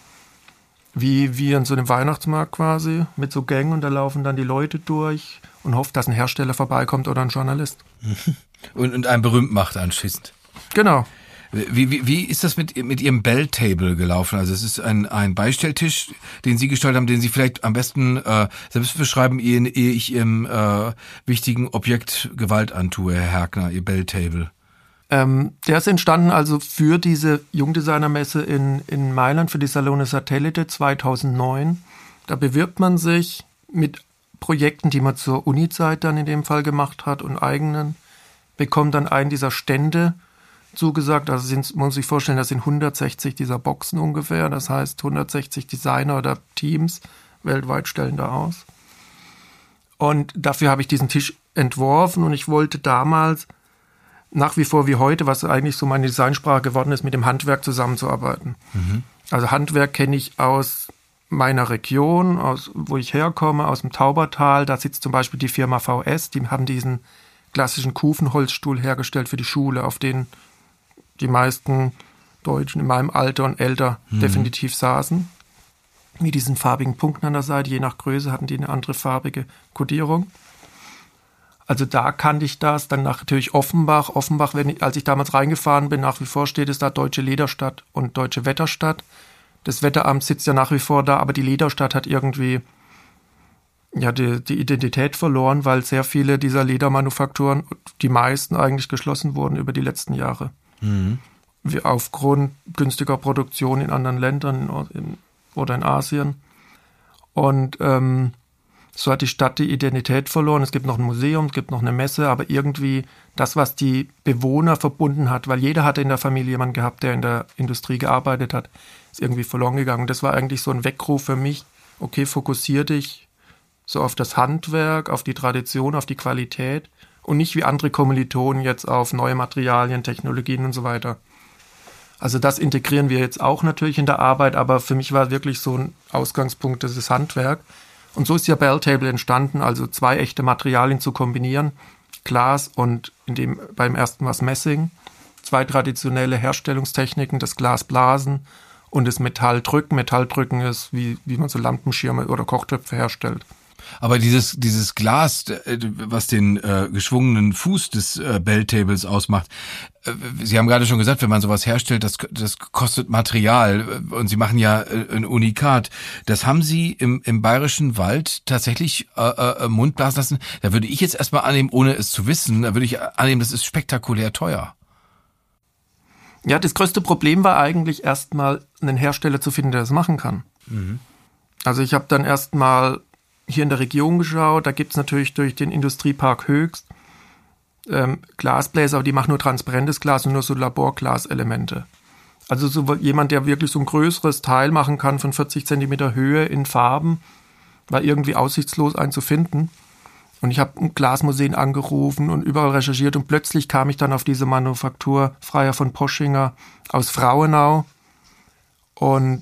wie in so einem Weihnachtsmarkt quasi, mit so Gängen und da laufen dann die Leute durch und hofft, dass ein Hersteller vorbeikommt oder ein Journalist. Und einen berühmt macht anschließend. Genau. Wie ist das mit Ihrem Bell-Table gelaufen? Also es ist ein Beistelltisch, den Sie gestaltet haben, den Sie vielleicht am besten selbst beschreiben, ehe ich Ihrem wichtigen Objekt Gewalt antue, Herr Herkner, Ihr Bell-Table. Der ist entstanden also für diese Jungdesignermesse in Mailand, für die Salone Satellite 2009. Da bewirbt man sich mit Projekten, die man zur Uni-Zeit dann in dem Fall gemacht hat und eigenen, bekommt dann einen dieser Stände zugesagt. Also muss man sich vorstellen, das sind 160 dieser Boxen ungefähr. Das heißt, 160 Designer oder Teams weltweit stellen da aus. Und dafür habe ich diesen Tisch entworfen und ich wollte damals nach wie vor wie heute, was eigentlich so meine Designsprache geworden ist, mit dem Handwerk zusammenzuarbeiten. Also Handwerk kenne ich aus meiner Region, wo ich herkomme, aus dem Taubertal. Da sitzt zum Beispiel die Firma VS, die haben diesen klassischen Kufenholzstuhl hergestellt für die Schule, auf den die meisten Deutschen in meinem Alter und älter definitiv saßen. Mit diesen farbigen Punkten an der Seite, je nach Größe hatten die eine andere farbige Kodierung. Also da kannte ich das, dann natürlich Offenbach. Offenbach, als ich damals reingefahren bin, nach wie vor steht es da Deutsche Lederstadt und Deutsche Wetterstadt. Das Wetteramt sitzt ja nach wie vor da, aber die Lederstadt hat irgendwie ja die Identität verloren, weil sehr viele dieser Ledermanufakturen, die meisten eigentlich geschlossen wurden über die letzten Jahre. Wie aufgrund günstiger Produktion in anderen Ländern oder in Asien. Und so hat die Stadt die Identität verloren. Es gibt noch ein Museum, es gibt noch eine Messe, aber irgendwie das, was die Bewohner verbunden hat, weil jeder hatte in der Familie jemanden gehabt, der in der Industrie gearbeitet hat, ist irgendwie verloren gegangen. Und das war eigentlich so ein Weckruf für mich, okay, fokussier dich so auf das Handwerk, auf die Tradition, auf die Qualität und nicht wie andere Kommilitonen jetzt auf neue Materialien, Technologien und so weiter. Also das integrieren wir jetzt auch natürlich in der Arbeit, aber für mich war wirklich so ein Ausgangspunkt, das ist Handwerk. Und so ist ja Bell-Table entstanden, also 2 echte Materialien zu kombinieren, Glas und beim ersten war es Messing, 2 traditionelle Herstellungstechniken, das Glasblasen und das Metalldrücken. Metalldrücken ist, wie man so Lampenschirme oder Kochtöpfe herstellt. Aber dieses Glas, was den geschwungenen Fuß des Belltables ausmacht, Sie haben gerade schon gesagt, wenn man sowas herstellt, das kostet Material und Sie machen ja ein Unikat. Das haben Sie im Bayerischen Wald tatsächlich mundblasen lassen. Da würde ich jetzt erstmal annehmen, ohne es zu wissen, da würde ich annehmen, das ist spektakulär teuer. Ja, das größte Problem war eigentlich erstmal einen Hersteller zu finden, der das machen kann. Mhm. Also ich habe dann erstmal hier in der Region geschaut, da gibt es natürlich durch den Industriepark Höchst Glasbläser, aber die machen nur transparentes Glas und nur so Laborglaselemente. Also so jemand, der wirklich so ein größeres Teil machen kann von 40 Zentimeter Höhe in Farben, war irgendwie aussichtslos einen zu finden. Und ich habe Glasmuseen angerufen und überall recherchiert und plötzlich kam ich dann auf diese Manufaktur Freiherr von Poschinger aus Frauenau und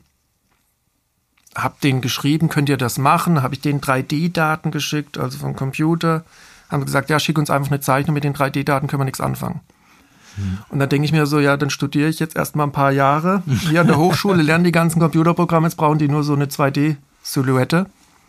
habe denen geschrieben, könnt ihr das machen? Habe ich denen 3D-Daten geschickt, also vom Computer. Haben gesagt, ja, schick uns einfach eine Zeichnung, mit den 3D-Daten können wir nichts anfangen. Und dann denke ich mir so, ja, dann studiere ich jetzt erstmal ein paar Jahre hier an der Hochschule, lerne die ganzen Computerprogramme, jetzt brauchen die nur so eine 2D-Silhouette.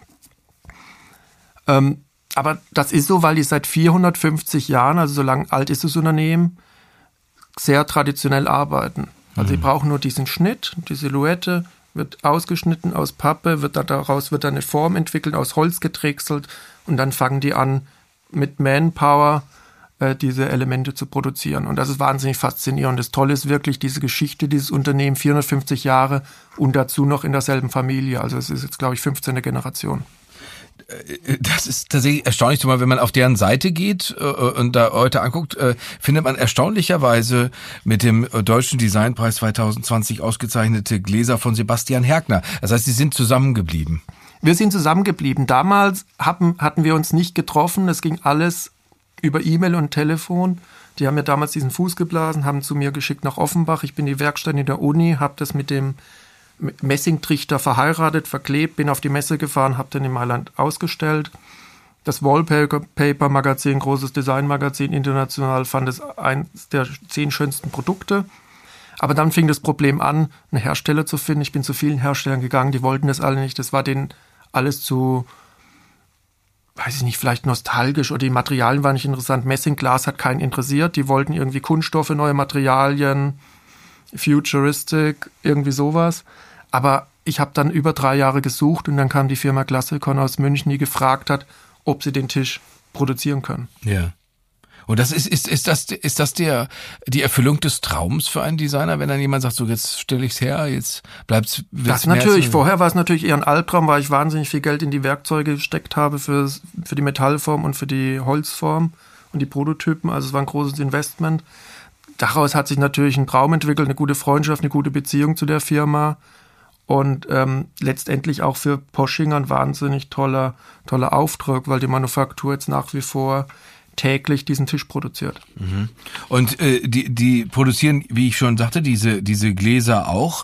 Aber das ist so, weil die seit 450 Jahren, also so lang alt ist das Unternehmen, sehr traditionell arbeiten. Also sie brauchen nur diesen Schnitt, die Silhouette, wird ausgeschnitten aus Pappe, daraus wird dann eine Form entwickelt, aus Holz gedrechselt und dann fangen die an, mit Manpower diese Elemente zu produzieren. Und das ist wahnsinnig faszinierend. Das Tolle ist wirklich diese Geschichte, dieses Unternehmen, 450 Jahre und dazu noch in derselben Familie. Also es ist jetzt, glaube ich, 15. Generation. Das ist tatsächlich erstaunlich, zumal wenn man auf deren Seite geht und da heute anguckt, findet man erstaunlicherweise mit dem Deutschen Designpreis 2020 ausgezeichnete Gläser von Sebastian Herkner. Das heißt, sie sind zusammengeblieben. Wir sind zusammengeblieben. Damals hatten wir uns nicht getroffen. Es ging alles über E-Mail und Telefon. Die haben mir damals diesen Fuß geblasen, haben zu mir geschickt nach Offenbach. Ich bin in die Werkstatt in der Uni, habe das mit dem Messingtrichter verheiratet, verklebt, bin auf die Messe gefahren, habe dann in Mailand ausgestellt. Das Wallpaper-Magazin, großes Designmagazin, international, fand es eines der 10 schönsten Produkte. Aber dann fing das Problem an, einen Hersteller zu finden. Ich bin zu vielen Herstellern gegangen, die wollten das alle nicht. Das war denen alles zu, weiß ich nicht, vielleicht nostalgisch oder die Materialien waren nicht interessant. Messingglas hat keinen interessiert. Die wollten irgendwie Kunststoffe, neue Materialien, Futuristic, irgendwie sowas. Aber ich habe dann über 3 Jahre gesucht und dann kam die Firma Classicon aus München, die gefragt hat, ob sie den Tisch produzieren können. Ja. Und das ist das die Erfüllung des Traums für einen Designer, wenn dann jemand sagt, so jetzt stelle ich's her, jetzt bleibt's. Das natürlich. Vorher war es natürlich eher ein Albtraum, weil ich wahnsinnig viel Geld in die Werkzeuge gesteckt habe für die Metallform und für die Holzform und die Prototypen. Also es war ein großes Investment. Daraus hat sich natürlich ein Traum entwickelt, eine gute Freundschaft, eine gute Beziehung zu der Firma und letztendlich auch für Poschinger ein wahnsinnig toller Auftrag, weil die Manufaktur jetzt nach wie vor täglich diesen Tisch produziert. Mhm. Und die produzieren, wie ich schon sagte, diese Gläser auch.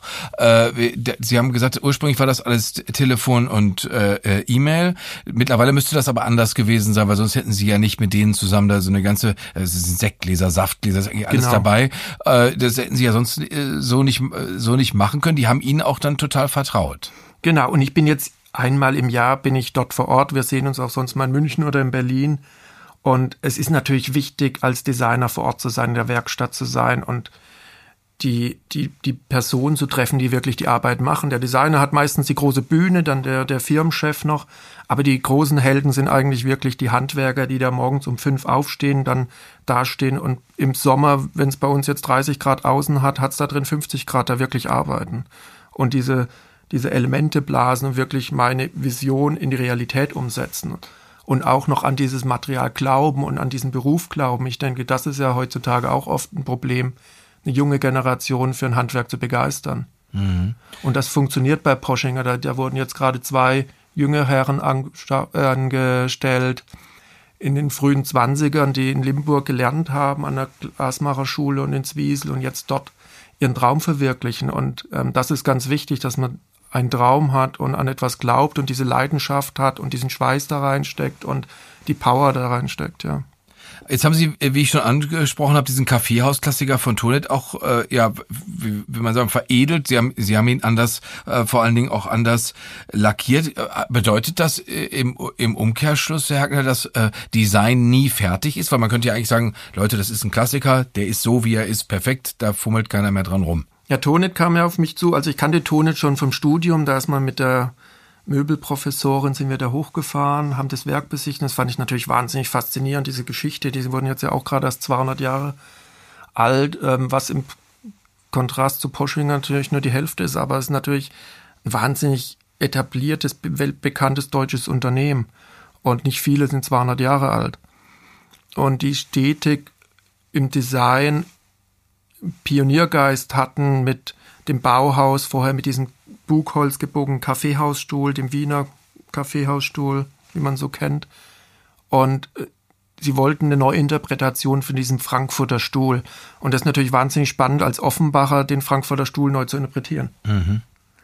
Sie haben gesagt, ursprünglich war das alles Telefon und E-Mail. Mittlerweile müsste das aber anders gewesen sein, weil sonst hätten Sie ja nicht mit denen zusammen da so eine ganze, es sind Sektgläser, Saftgläser, ist eigentlich alles dabei. Das hätten Sie ja sonst so nicht machen können. Die haben Ihnen auch dann total vertraut. Genau. Und ich bin jetzt einmal im Jahr bin ich dort vor Ort. Wir sehen uns auch sonst mal in München oder in Berlin. Und es ist natürlich wichtig, als Designer vor Ort zu sein, in der Werkstatt zu sein und die Personen zu treffen, die wirklich die Arbeit machen. Der Designer hat meistens die große Bühne, dann der Firmenchef noch. Aber die großen Helden sind eigentlich wirklich die Handwerker, die da morgens um 5 aufstehen, dann dastehen und im Sommer, wenn es bei uns jetzt 30 Grad außen hat es da drin 50 Grad, da wirklich arbeiten. Und diese Elemente blasen und wirklich meine Vision in die Realität umsetzen. Und auch noch an dieses Material glauben und an diesen Beruf glauben. Ich denke, das ist ja heutzutage auch oft ein Problem, eine junge Generation für ein Handwerk zu begeistern. Mhm. Und das funktioniert bei Poschinger. Da wurden jetzt gerade 2 junge Herren angestellt in den frühen 20ern, die in Limburg gelernt haben, an der Glasmacherschule und in Zwiesel und jetzt dort ihren Traum verwirklichen. Und das ist ganz wichtig, dass man einen Traum hat und an etwas glaubt und diese Leidenschaft hat und diesen Schweiß da reinsteckt und die Power da reinsteckt, ja. Jetzt haben Sie, wie ich schon angesprochen habe, diesen Kaffeehaus-Klassiker von Tonet auch, wie man sagen, veredelt. Sie haben ihn anders, vor allen Dingen auch anders lackiert. Bedeutet das im Umkehrschluss, Herr Hackner, dass Design nie fertig ist? Weil man könnte ja eigentlich sagen, Leute, das ist ein Klassiker, der ist so, wie er ist, perfekt, da fummelt keiner mehr dran rum. Ja, Tonet kam ja auf mich zu. Also ich kannte Tonet schon vom Studium, da ist man mit der Möbelprofessorin sind wir da hochgefahren, haben das Werk besichtigt. Das fand ich natürlich wahnsinnig faszinierend, diese Geschichte. Die wurden jetzt ja auch gerade erst 200 Jahre alt, was im Kontrast zu Posching natürlich nur die Hälfte ist. Aber es ist natürlich ein wahnsinnig etabliertes, weltbekanntes deutsches Unternehmen. Und nicht viele sind 200 Jahre alt. Und die stetig im Design Pioniergeist hatten mit dem Bauhaus, vorher mit diesem Bugholz gebogenen Kaffeehausstuhl, dem Wiener Kaffeehausstuhl, wie man so kennt. Und sie wollten eine Neuinterpretation von diesem Frankfurter Stuhl. Und das ist natürlich wahnsinnig spannend, als Offenbacher den Frankfurter Stuhl neu zu interpretieren. Mhm.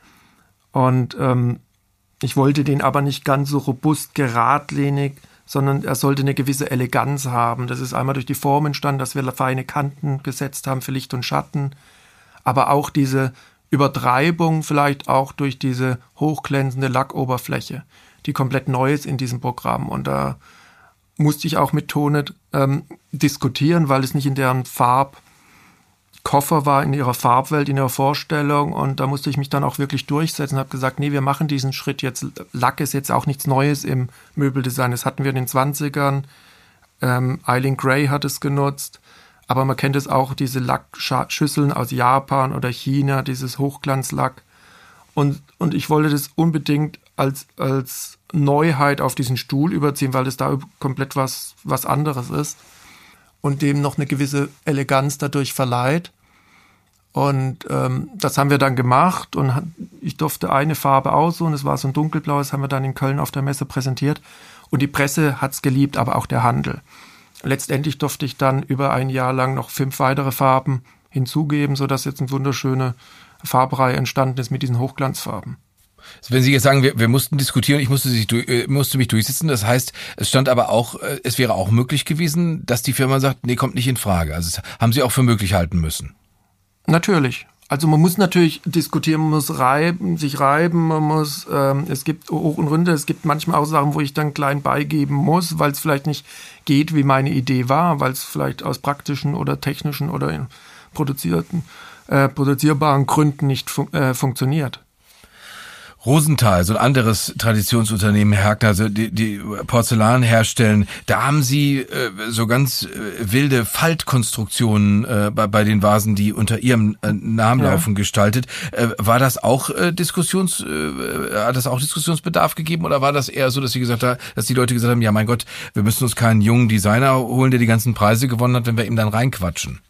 Und ich wollte den aber nicht ganz so robust, geradlinig, sondern er sollte eine gewisse Eleganz haben. Das ist einmal durch die Form entstanden, dass wir feine Kanten gesetzt haben für Licht und Schatten, aber auch diese Übertreibung vielleicht auch durch diese hochglänzende Lackoberfläche, die komplett neu ist in diesem Programm. Und da musste ich auch mit Tonet diskutieren, weil es nicht in deren Farbkoffer war, in ihrer Farbwelt, in ihrer Vorstellung. Und da musste ich mich dann auch wirklich durchsetzen und habe gesagt, nee, wir machen diesen Schritt jetzt. Lack ist jetzt auch nichts Neues im Möbeldesign. Das hatten wir in den 20ern. Eileen Gray hat es genutzt. Aber man kennt es auch, diese Lackschüsseln aus Japan oder China, dieses Hochglanzlack. Und ich wollte das unbedingt als Neuheit auf diesen Stuhl überziehen, weil das da komplett was anderes ist und dem noch eine gewisse Eleganz dadurch verleiht. Und das haben wir dann gemacht und ich durfte eine Farbe aussuchen, das war so ein dunkelblaues, haben wir dann in Köln auf der Messe präsentiert. Und die Presse hat es geliebt, aber auch der Handel. Letztendlich durfte ich dann über ein Jahr lang noch 5 weitere Farben hinzugeben, sodass jetzt eine wunderschöne Farbreihe entstanden ist mit diesen Hochglanzfarben. Wenn Sie jetzt sagen, wir mussten diskutieren, ich musste mich durchsetzen, das heißt, es stand aber auch, es wäre auch möglich gewesen, dass die Firma sagt, nee, kommt nicht in Frage. Also das haben Sie auch für möglich halten müssen. Natürlich. Also man muss natürlich diskutieren, man muss sich reiben, man muss, es gibt Hoch und Runter, es gibt manchmal auch Sachen, wo ich dann klein beigeben muss, weil es vielleicht nicht geht, wie meine Idee war, weil es vielleicht aus praktischen oder technischen oder produzierbaren Gründen nicht funktioniert. Rosenthal, so ein anderes Traditionsunternehmen, Herr Hackner, also die Porzellan herstellen, da haben Sie so ganz wilde Faltkonstruktionen bei den Vasen, die unter Ihrem Namen laufen, gestaltet. War das auch hat das auch Diskussionsbedarf gegeben oder war das eher so, dass die Leute gesagt haben, ja mein Gott, wir müssen uns keinen jungen Designer holen, der die ganzen Preise gewonnen hat, wenn wir ihm dann reinquatschen?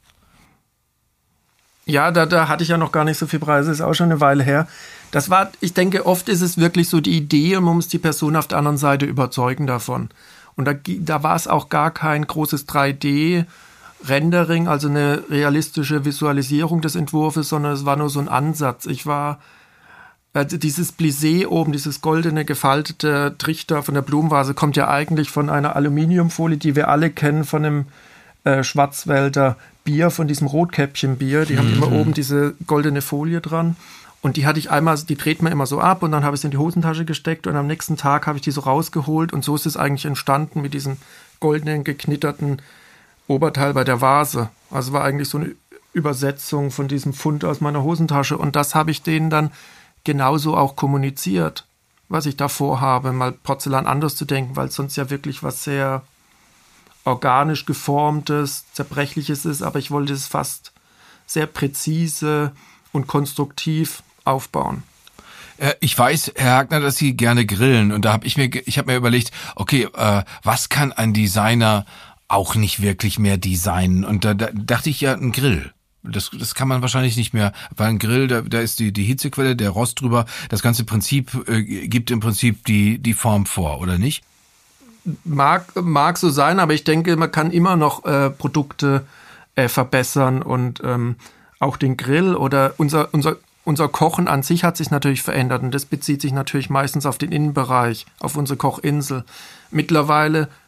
Ja, da hatte ich ja noch gar nicht so viel Preise, ist auch schon eine Weile her. Ich denke, oft ist es wirklich so die Idee und man muss die Person auf der anderen Seite überzeugen davon. Und da war es auch gar kein großes 3D-Rendering, also eine realistische Visualisierung des Entwurfs, sondern es war nur so ein Ansatz. Dieses Plissé oben, dieses goldene gefaltete Trichter von der Blumenvase kommt ja eigentlich von einer Aluminiumfolie, die wir alle kennen von dem Schwarzwälder Bier, von diesem Rotkäppchenbier. Die haben immer oben diese goldene Folie dran. Und die dreht man immer so ab und dann habe ich sie in die Hosentasche gesteckt und am nächsten Tag habe ich die so rausgeholt und so ist es eigentlich entstanden mit diesem goldenen, geknitterten Oberteil bei der Vase. Also war eigentlich so eine Übersetzung von diesem Fund aus meiner Hosentasche und das habe ich denen dann genauso auch kommuniziert, was ich da vorhabe, mal Porzellan anders zu denken, weil es sonst ja wirklich was sehr organisch geformtes, zerbrechliches ist, aber ich wollte es fast sehr präzise und konstruktiv aufbauen. Ich weiß, Herr Hackner, dass Sie gerne grillen und da habe ich mir überlegt, okay, was kann ein Designer auch nicht wirklich mehr designen? Und da dachte ich ja, ein Grill. Das kann man wahrscheinlich nicht mehr, weil ein Grill, da ist die Hitzequelle, der Rost drüber, das ganze Prinzip gibt im Prinzip die Form vor, oder nicht? Mag so sein, aber ich denke, man kann immer noch Produkte verbessern und auch den Grill oder unser Kochen an sich hat sich natürlich verändert und das bezieht sich natürlich meistens auf den Innenbereich, auf unsere Kochinsel. Mittlerweile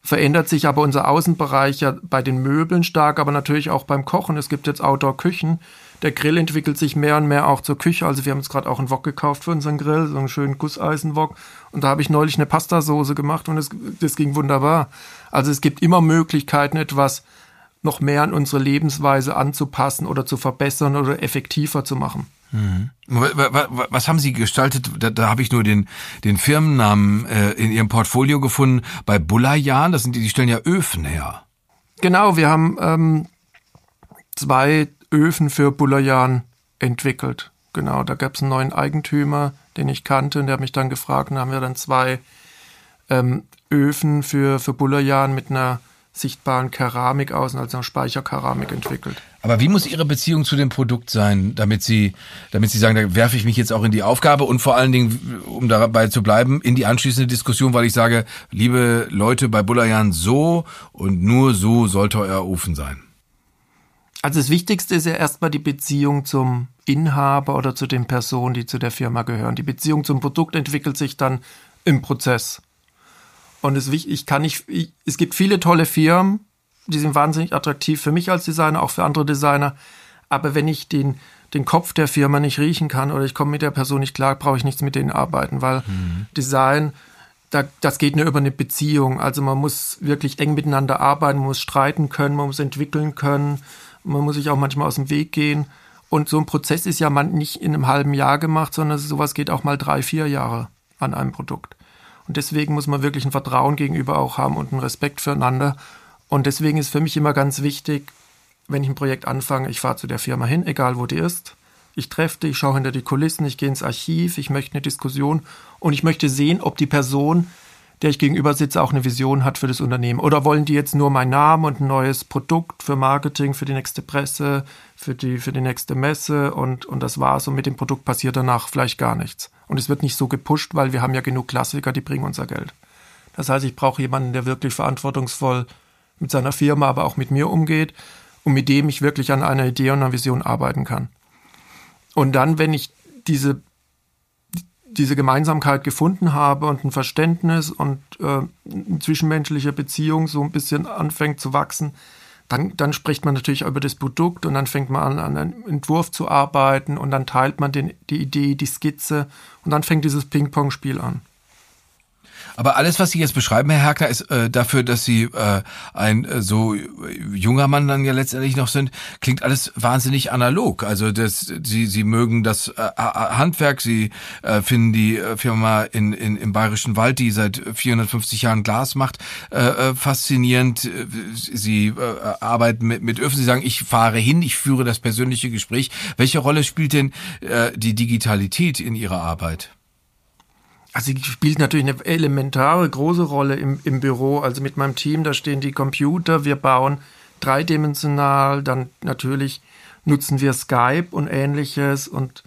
verändert sich aber unser Außenbereich ja bei den Möbeln stark, aber natürlich auch beim Kochen. Es gibt jetzt Outdoor-Küchen. Der Grill entwickelt sich mehr und mehr auch zur Küche. Also wir haben jetzt gerade auch einen Wok gekauft für unseren Grill, so einen schönen Gusseisenwok. Und da habe ich neulich eine Pastasoße gemacht und das ging wunderbar. Also es gibt immer Möglichkeiten, etwas noch mehr an unsere Lebensweise anzupassen oder zu verbessern oder effektiver zu machen. Was haben Sie gestaltet? Da habe ich nur den Firmennamen in Ihrem Portfolio gefunden. Bei Bulayan, das sind die stellen ja Öfen her. Genau, wir haben 2 Öfen für Bulayan entwickelt. Genau, da gab es einen neuen Eigentümer, den ich kannte, und der hat mich dann gefragt, und da haben wir dann 2 Öfen für Bulayan mit einer sichtbaren Keramik außen, also einer Speicherkeramik entwickelt. Aber wie muss Ihre Beziehung zu dem Produkt sein, damit Sie sagen, da werfe ich mich jetzt auch in die Aufgabe und vor allen Dingen, um dabei zu bleiben, in die anschließende Diskussion, weil ich sage, liebe Leute bei Bulayan, so und nur so sollte euer Ofen sein. Also das Wichtigste ist ja erstmal die Beziehung zum Inhaber oder zu den Personen, die zu der Firma gehören. Die Beziehung zum Produkt entwickelt sich dann im Prozess. Und es gibt viele tolle Firmen, die sind wahnsinnig attraktiv für mich als Designer, auch für andere Designer. Aber wenn ich den Kopf der Firma nicht riechen kann oder ich komme mit der Person nicht klar, brauche ich nichts mit denen arbeiten, weil Design, das geht nur über eine Beziehung. Also man muss wirklich eng miteinander arbeiten, man muss streiten können, man muss entwickeln können, man muss sich auch manchmal aus dem Weg gehen. Und so ein Prozess ist ja nicht in einem halben Jahr gemacht, sondern sowas geht auch mal 3-4 Jahre an einem Produkt. Und deswegen muss man wirklich ein Vertrauen gegenüber auch haben und einen Respekt füreinander. Und deswegen ist für mich immer ganz wichtig, wenn ich ein Projekt anfange, ich fahre zu der Firma hin, egal wo die ist. Ich treffe die, ich schaue hinter die Kulissen, ich gehe ins Archiv, ich möchte eine Diskussion und ich möchte sehen, ob die Person, der ich gegenüber sitze, auch eine Vision hat für das Unternehmen. Oder wollen die jetzt nur meinen Namen und ein neues Produkt für Marketing, für die nächste Presse, für die nächste Messe und das war's. Und mit dem Produkt passiert danach vielleicht gar nichts. Und es wird nicht so gepusht, weil wir haben ja genug Klassiker, die bringen unser Geld. Das heißt, ich brauche jemanden, der wirklich verantwortungsvoll mit seiner Firma, aber auch mit mir umgeht und mit dem ich wirklich an einer Idee und einer Vision arbeiten kann. Und dann, wenn ich diese Gemeinsamkeit gefunden habe und ein Verständnis und eine zwischenmenschliche Beziehung so ein bisschen anfängt zu wachsen, dann spricht man natürlich über das Produkt und dann fängt man an einem Entwurf zu arbeiten und dann teilt man die Idee, die Skizze und dann fängt dieses Ping-Pong-Spiel an. Aber alles, was Sie jetzt beschreiben, Herr Herkner, ist dafür, dass Sie ein so junger Mann dann ja letztendlich noch sind, klingt alles wahnsinnig analog. Also Sie mögen das Handwerk, Sie finden die Firma im Bayerischen Wald, die seit 450 Jahren Glas macht, faszinierend. Sie arbeiten mit Öfen. Sie sagen, ich fahre hin, ich führe das persönliche Gespräch. Welche Rolle spielt denn die Digitalität in Ihrer Arbeit? Also sie spielt natürlich eine elementare, große Rolle im Büro. Also mit meinem Team, da stehen die Computer, wir bauen dreidimensional, dann natürlich nutzen wir Skype und Ähnliches und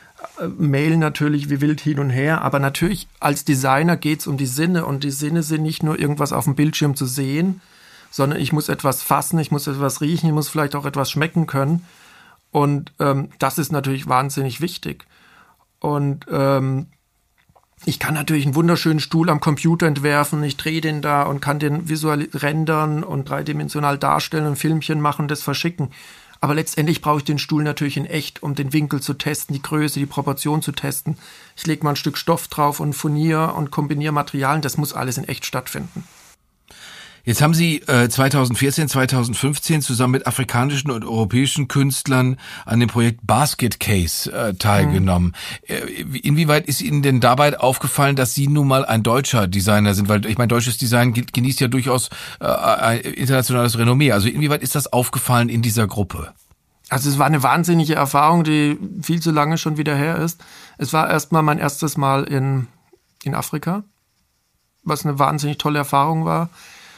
mailen natürlich wie wild hin und her. Aber natürlich als Designer geht es um die Sinne und die Sinne sind nicht nur irgendwas auf dem Bildschirm zu sehen, sondern ich muss etwas fassen, ich muss etwas riechen, ich muss vielleicht auch etwas schmecken können. Und das ist natürlich wahnsinnig wichtig. Und ich kann natürlich einen wunderschönen Stuhl am Computer entwerfen, ich drehe den da und kann den visuell rendern und dreidimensional darstellen, ein Filmchen machen, das verschicken. Aber letztendlich brauche ich den Stuhl natürlich in echt, um den Winkel zu testen, die Größe, die Proportion zu testen. Ich lege mal ein Stück Stoff drauf und furniere und kombiniere Materialien, das muss alles in echt stattfinden. Jetzt haben Sie 2014, 2015 zusammen mit afrikanischen und europäischen Künstlern an dem Projekt Basket Case teilgenommen. Inwieweit ist Ihnen denn dabei aufgefallen, dass Sie nun mal ein deutscher Designer sind? Weil ich meine, deutsches Design genießt ja durchaus ein internationales Renommee. Also inwieweit ist das aufgefallen in dieser Gruppe? Also es war eine wahnsinnige Erfahrung, die viel zu lange schon wieder her ist. Es war erstmal mein erstes Mal in Afrika, was eine wahnsinnig tolle Erfahrung war.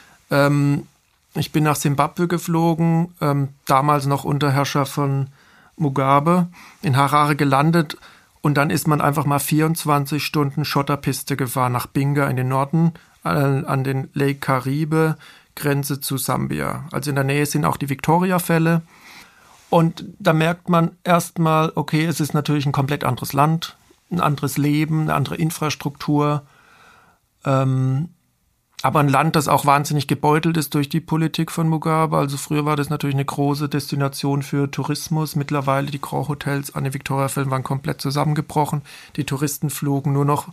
Ich bin nach Simbabwe geflogen, damals noch unter Herrschaft von Mugabe, in Harare gelandet und dann ist man einfach mal 24 Stunden Schotterpiste gefahren nach Binga in den Norden, an den Lake Karibe, Grenze zu Sambia. Also in der Nähe sind auch die Victoria-Fälle und da merkt man erstmal, okay, es ist natürlich ein komplett anderes Land, ein anderes Leben, eine andere Infrastruktur, Aber ein Land, das auch wahnsinnig gebeutelt ist durch die Politik von Mugabe. Also früher war das natürlich eine große Destination für Tourismus. Mittlerweile die Grand Hotels an den Victoriafällen waren komplett zusammengebrochen. Die Touristen flogen nur noch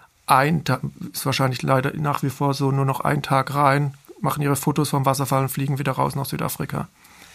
ist wahrscheinlich leider nach wie vor so, nur noch einen Tag rein, machen ihre Fotos vom Wasserfall und fliegen wieder raus nach Südafrika.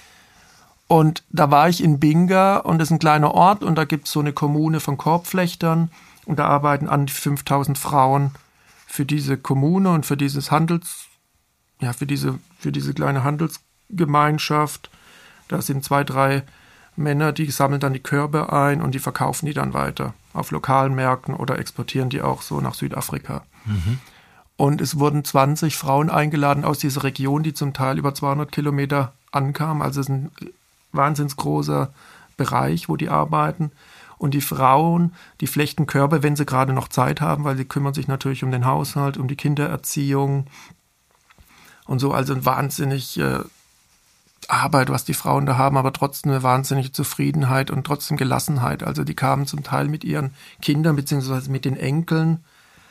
Und da war ich in Binga und das ist ein kleiner Ort und da gibt es so eine Kommune von Korbflechtern und da arbeiten an die 5000 Frauen für diese Kommune und für dieses für diese kleine Handelsgemeinschaft. Da sind 2, 3 Männer, die sammeln dann die Körbe ein und die verkaufen die dann weiter auf lokalen Märkten oder exportieren die auch so nach Südafrika. Mhm. Und es wurden 20 Frauen eingeladen aus dieser Region, die zum Teil über 200 Kilometer ankamen. Also es ist ein wahnsinnig großer Bereich, wo die arbeiten. Und die Frauen, die flechten Körbe, wenn sie gerade noch Zeit haben, weil sie kümmern sich natürlich um den Haushalt, um die Kindererziehung und so. Also eine wahnsinnige Arbeit, was die Frauen da haben, aber trotzdem eine wahnsinnige Zufriedenheit und trotzdem Gelassenheit. Also die kamen zum Teil mit ihren Kindern bzw. mit den Enkeln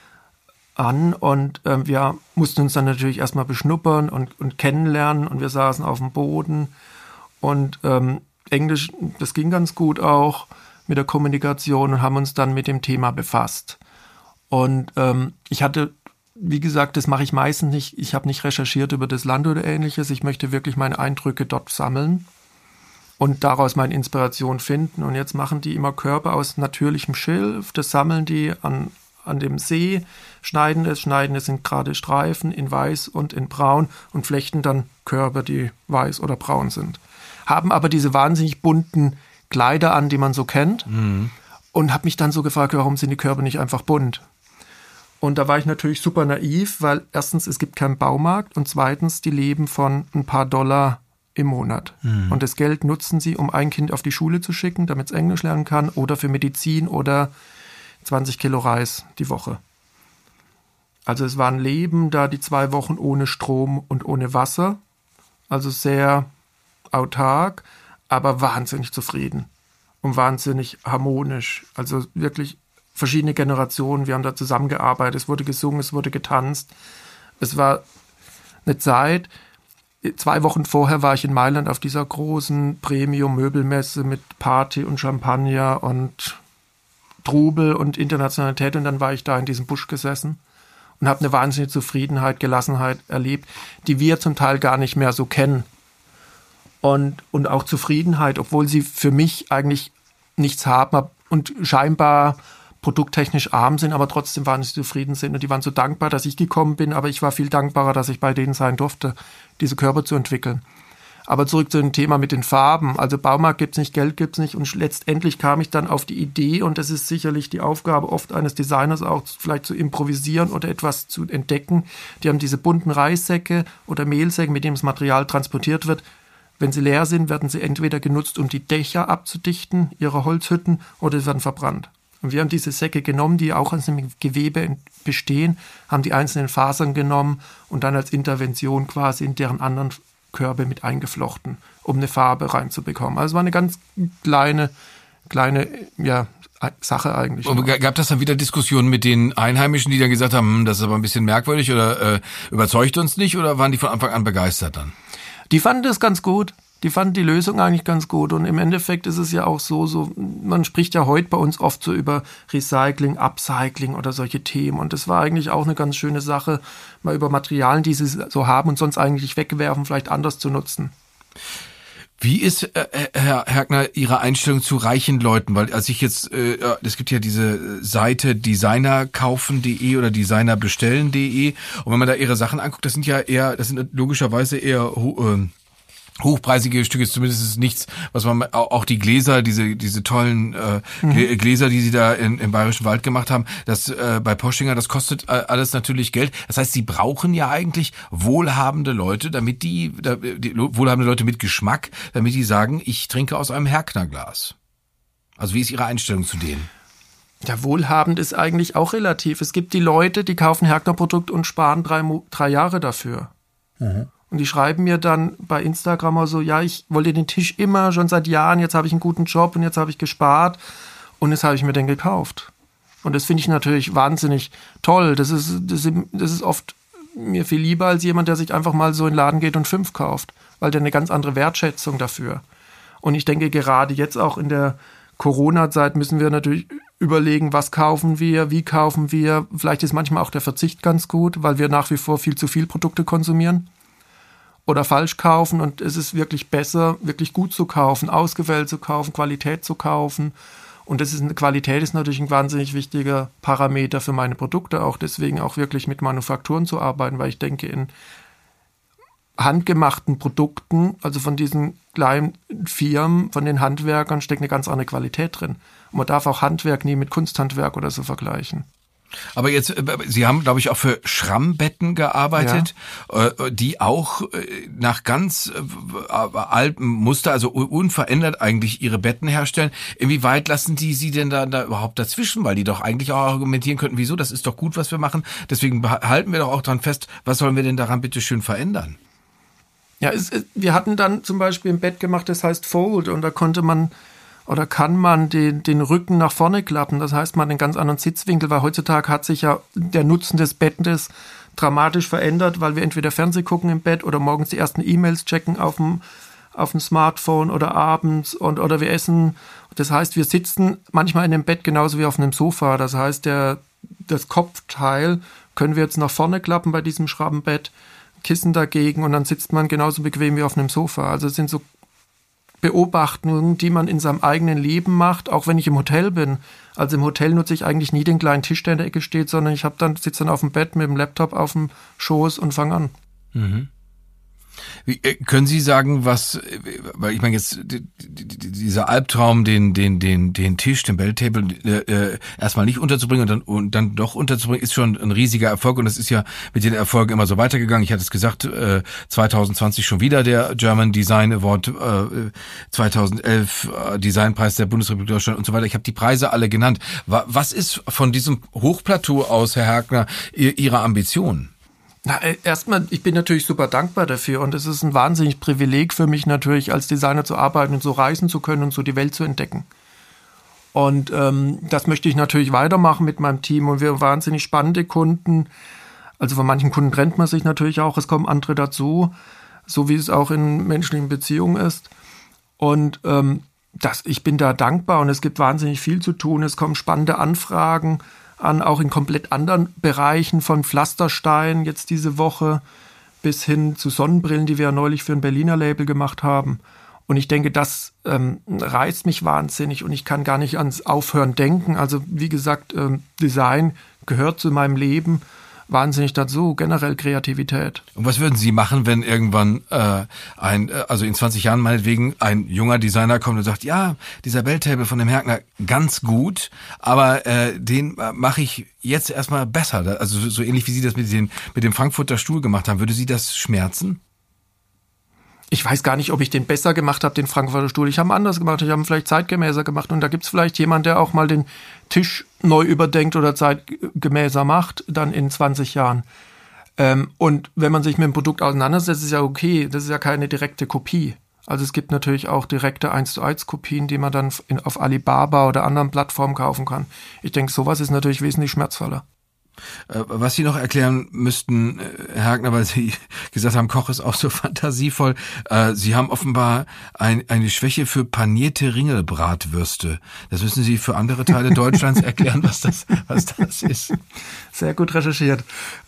an und wir mussten uns dann natürlich erstmal beschnuppern und kennenlernen und wir saßen auf dem Boden und Englisch, das ging ganz gut auch mit der Kommunikation und haben uns dann mit dem Thema befasst. Und ich hatte, wie gesagt, das mache ich meistens nicht, ich habe nicht recherchiert über das Land oder Ähnliches, ich möchte wirklich meine Eindrücke dort sammeln und daraus meine Inspiration finden. Und jetzt machen die immer Körbe aus natürlichem Schilf, das sammeln die an dem See, schneiden es in gerade Streifen in weiß und in braun und flechten dann Körbe, die weiß oder braun sind. Haben aber diese wahnsinnig bunten Kleider an, die man so kennt und habe mich dann so gefragt, warum sind die Körbe nicht einfach bunt? Und da war ich natürlich super naiv, weil erstens, es gibt keinen Baumarkt und zweitens, die leben von ein paar Dollar im Monat. Und das Geld nutzen sie, um ein Kind auf die Schule zu schicken, damit es Englisch lernen kann oder für Medizin oder 20 Kilo Reis die Woche. Also es war ein Leben da, die 2 Wochen ohne Strom und ohne Wasser, also sehr autark, aber wahnsinnig zufrieden und wahnsinnig harmonisch. Also wirklich verschiedene Generationen, wir haben da zusammengearbeitet, es wurde gesungen, es wurde getanzt. Es war eine Zeit, 2 Wochen vorher war ich in Mailand auf dieser großen Premium-Möbelmesse mit Party und Champagner und Trubel und Internationalität und dann war ich da in diesem Busch gesessen und habe eine wahnsinnige Zufriedenheit, Gelassenheit erlebt, die wir zum Teil gar nicht mehr so kennen. Und auch Zufriedenheit, obwohl sie für mich eigentlich nichts haben und scheinbar produkttechnisch arm sind, aber trotzdem waren sie zufrieden sind und die waren so dankbar, dass ich gekommen bin, aber ich war viel dankbarer, dass ich bei denen sein durfte, diese Körbe zu entwickeln. Aber zurück zu dem Thema mit den Farben. Also Baumarkt gibt's nicht, Geld gibt's nicht und letztendlich kam ich dann auf die Idee und das ist sicherlich die Aufgabe oft eines Designers auch vielleicht zu improvisieren oder etwas zu entdecken. Die haben diese bunten Reissäcke oder Mehlsäcke, mit denen das Material transportiert wird. Wenn sie leer sind, werden sie entweder genutzt, um die Dächer abzudichten, ihrer Holzhütten, oder sie werden verbrannt. Und wir haben diese Säcke genommen, die auch aus einem Gewebe bestehen, haben die einzelnen Fasern genommen und dann als Intervention quasi in deren anderen Körbe mit eingeflochten, um eine Farbe reinzubekommen. Also es war eine ganz kleine Sache eigentlich. Und gab das dann wieder Diskussionen mit den Einheimischen, die dann gesagt haben, das ist aber ein bisschen merkwürdig oder überzeugt uns nicht, oder waren die von Anfang an begeistert dann? Die fanden das ganz gut. Die fanden die Lösung eigentlich ganz gut. Und im Endeffekt ist es ja auch so, man spricht ja heute bei uns oft so über Recycling, Upcycling oder solche Themen. Und das war eigentlich auch eine ganz schöne Sache, mal über Materialien, die sie so haben und sonst eigentlich wegwerfen, vielleicht anders zu nutzen. Wie ist, Herr Herkner, Ihre Einstellung zu reichen Leuten? Weil als ich jetzt, es gibt ja diese Seite designerkaufen.de oder designerbestellen.de und wenn man da Ihre Sachen anguckt, das sind logischerweise eher hochpreisige Stücke, zumindest ist nichts, was man auch die Gläser, diese tollen Gläser, die sie da im Bayerischen Wald gemacht haben, das bei Poschinger, das kostet alles natürlich Geld. Das heißt, sie brauchen ja eigentlich wohlhabende Leute, damit die wohlhabende Leute mit Geschmack, damit die sagen, ich trinke aus einem Herkner-Glas. Also wie ist Ihre Einstellung zu denen? Ja, wohlhabend ist eigentlich auch relativ. Es gibt die Leute, die kaufen Herkner-Produkt und sparen 3 Jahre dafür. Mhm. Und die schreiben mir dann bei Instagram auch so, ja, ich wollte den Tisch immer, schon seit Jahren, jetzt habe ich einen guten Job und jetzt habe ich gespart und jetzt habe ich mir den gekauft. Und das finde ich natürlich wahnsinnig toll. Das ist oft mir viel lieber als jemand, der sich einfach mal so in den Laden geht und 5 kauft, weil der eine ganz andere Wertschätzung dafür. Und ich denke, gerade jetzt auch in der Corona-Zeit müssen wir natürlich überlegen, was kaufen wir, wie kaufen wir. Vielleicht ist manchmal auch der Verzicht ganz gut, weil wir nach wie vor viel zu viel Produkte konsumieren oder falsch kaufen. Und es ist wirklich besser, wirklich gut zu kaufen, ausgewählt zu kaufen, Qualität zu kaufen. Und Qualität ist natürlich ein wahnsinnig wichtiger Parameter für meine Produkte, auch deswegen auch wirklich mit Manufakturen zu arbeiten, weil ich denke, in handgemachten Produkten, also von diesen kleinen Firmen, von den Handwerkern, steckt eine ganz andere Qualität drin. Und man darf auch Handwerk nie mit Kunsthandwerk oder so vergleichen. Aber jetzt, Sie haben, glaube ich, auch für Schrammbetten gearbeitet, die auch nach ganz altem Muster, also unverändert eigentlich ihre Betten herstellen. Inwieweit lassen die Sie denn da überhaupt dazwischen? Weil die doch eigentlich auch argumentieren könnten, wieso, das ist doch gut, was wir machen. Deswegen halten wir doch auch dran fest, was sollen wir denn daran bitte schön verändern? Ja, wir hatten dann zum Beispiel ein Bett gemacht, das heißt Fold, und da kann man den Rücken nach vorne klappen. Das heißt, man hat einen ganz anderen Sitzwinkel, weil heutzutage hat sich ja der Nutzen des Bettes dramatisch verändert, weil wir entweder Fernseh gucken im Bett oder morgens die ersten E-Mails checken auf dem Smartphone oder abends oder wir essen. Das heißt, wir sitzen manchmal in dem Bett genauso wie auf einem Sofa. Das heißt, das Kopfteil können wir jetzt nach vorne klappen bei diesem Schrammbett, Kissen dagegen, und dann sitzt man genauso bequem wie auf einem Sofa. Also es sind so Beobachtungen, die man in seinem eigenen Leben macht, auch wenn ich im Hotel bin. Also im Hotel nutze ich eigentlich nie den kleinen Tisch, der in der Ecke steht, sondern ich sitze dann auf dem Bett mit dem Laptop auf dem Schoß und fange an. Mhm. Können Sie sagen, weil ich meine jetzt dieser Albtraum, den Tisch, den Belltable erstmal nicht unterzubringen und dann doch unterzubringen, ist schon ein riesiger Erfolg, und es ist ja mit den Erfolgen immer so weitergegangen. Ich hatte es gesagt, 2020 schon wieder der German Design Award, 2011 Designpreis der Bundesrepublik Deutschland und so weiter. Ich habe die Preise alle genannt. Was ist von diesem Hochplateau aus, Herr Hergner, Ihre Ambition? Na, erstmal, ich bin natürlich super dankbar dafür, und es ist ein wahnsinnig Privileg für mich natürlich, als Designer zu arbeiten und so reisen zu können und so die Welt zu entdecken. Und das möchte ich natürlich weitermachen mit meinem Team, und wir haben wahnsinnig spannende Kunden. Also von manchen Kunden trennt man sich natürlich auch, es kommen andere dazu, so wie es auch in menschlichen Beziehungen ist. Und ich bin da dankbar, und es gibt wahnsinnig viel zu tun. Es kommen spannende Anfragen an, auch in komplett anderen Bereichen, von Pflasterstein jetzt diese Woche bis hin zu Sonnenbrillen, die wir ja neulich für ein Berliner Label gemacht haben. Und ich denke, das reizt mich wahnsinnig, und ich kann gar nicht ans Aufhören denken. Also wie gesagt, Design gehört zu meinem Leben wahnsinnig dazu, generell Kreativität. Und was würden Sie machen, wenn irgendwann also in 20 Jahren meinetwegen ein junger Designer kommt und sagt, ja, dieser Belltable von dem Hergner, ganz gut, aber den mache ich jetzt erstmal besser. Also so ähnlich wie Sie das mit dem Frankfurter Stuhl gemacht haben. Würde Sie das schmerzen? Ich weiß gar nicht, ob ich den besser gemacht habe, den Frankfurter Stuhl. Ich habe ihn anders gemacht, ich habe ihn vielleicht zeitgemäßer gemacht, und da gibt es vielleicht jemanden, der auch mal den Tisch neu überdenkt oder zeitgemäßer macht, dann in 20 Jahren. Und wenn man sich mit dem Produkt auseinandersetzt, ist ja okay, das ist ja keine direkte Kopie. Also es gibt natürlich auch direkte 1:1 Kopien, die man dann auf Alibaba oder anderen Plattformen kaufen kann. Ich denke, sowas ist natürlich wesentlich schmerzvoller. Was Sie noch erklären müssten, Herr Hergner, weil Sie gesagt haben, Koch ist auch so fantasievoll. Sie haben offenbar eine Schwäche für panierte Ringelbratwürste. Das müssen Sie für andere Teile Deutschlands erklären, was das ist. Sehr gut recherchiert.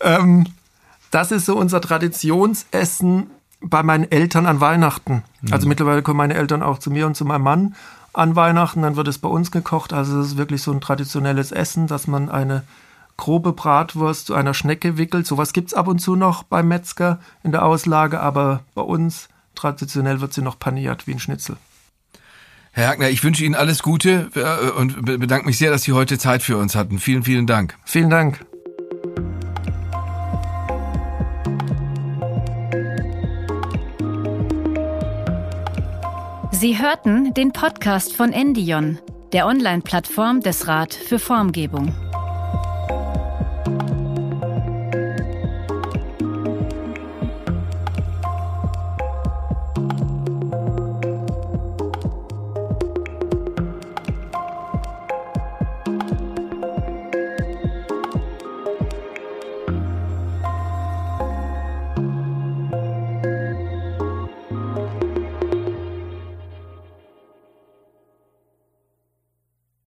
Das ist so unser Traditionsessen bei meinen Eltern an Weihnachten. Also mittlerweile kommen meine Eltern auch zu mir und zu meinem Mann an Weihnachten. Dann wird es bei uns gekocht. Also das ist wirklich so ein traditionelles Essen, dass man eine grobe Bratwurst zu einer Schnecke wickelt. Sowas gibt's ab und zu noch beim Metzger in der Auslage, aber bei uns traditionell wird sie noch paniert wie ein Schnitzel. Herr Hergner, ich wünsche Ihnen alles Gute und bedanke mich sehr, dass Sie heute Zeit für uns hatten. Vielen, vielen Dank. Vielen Dank. Sie hörten den Podcast von Endion, der Online-Plattform des Rat für Formgebung.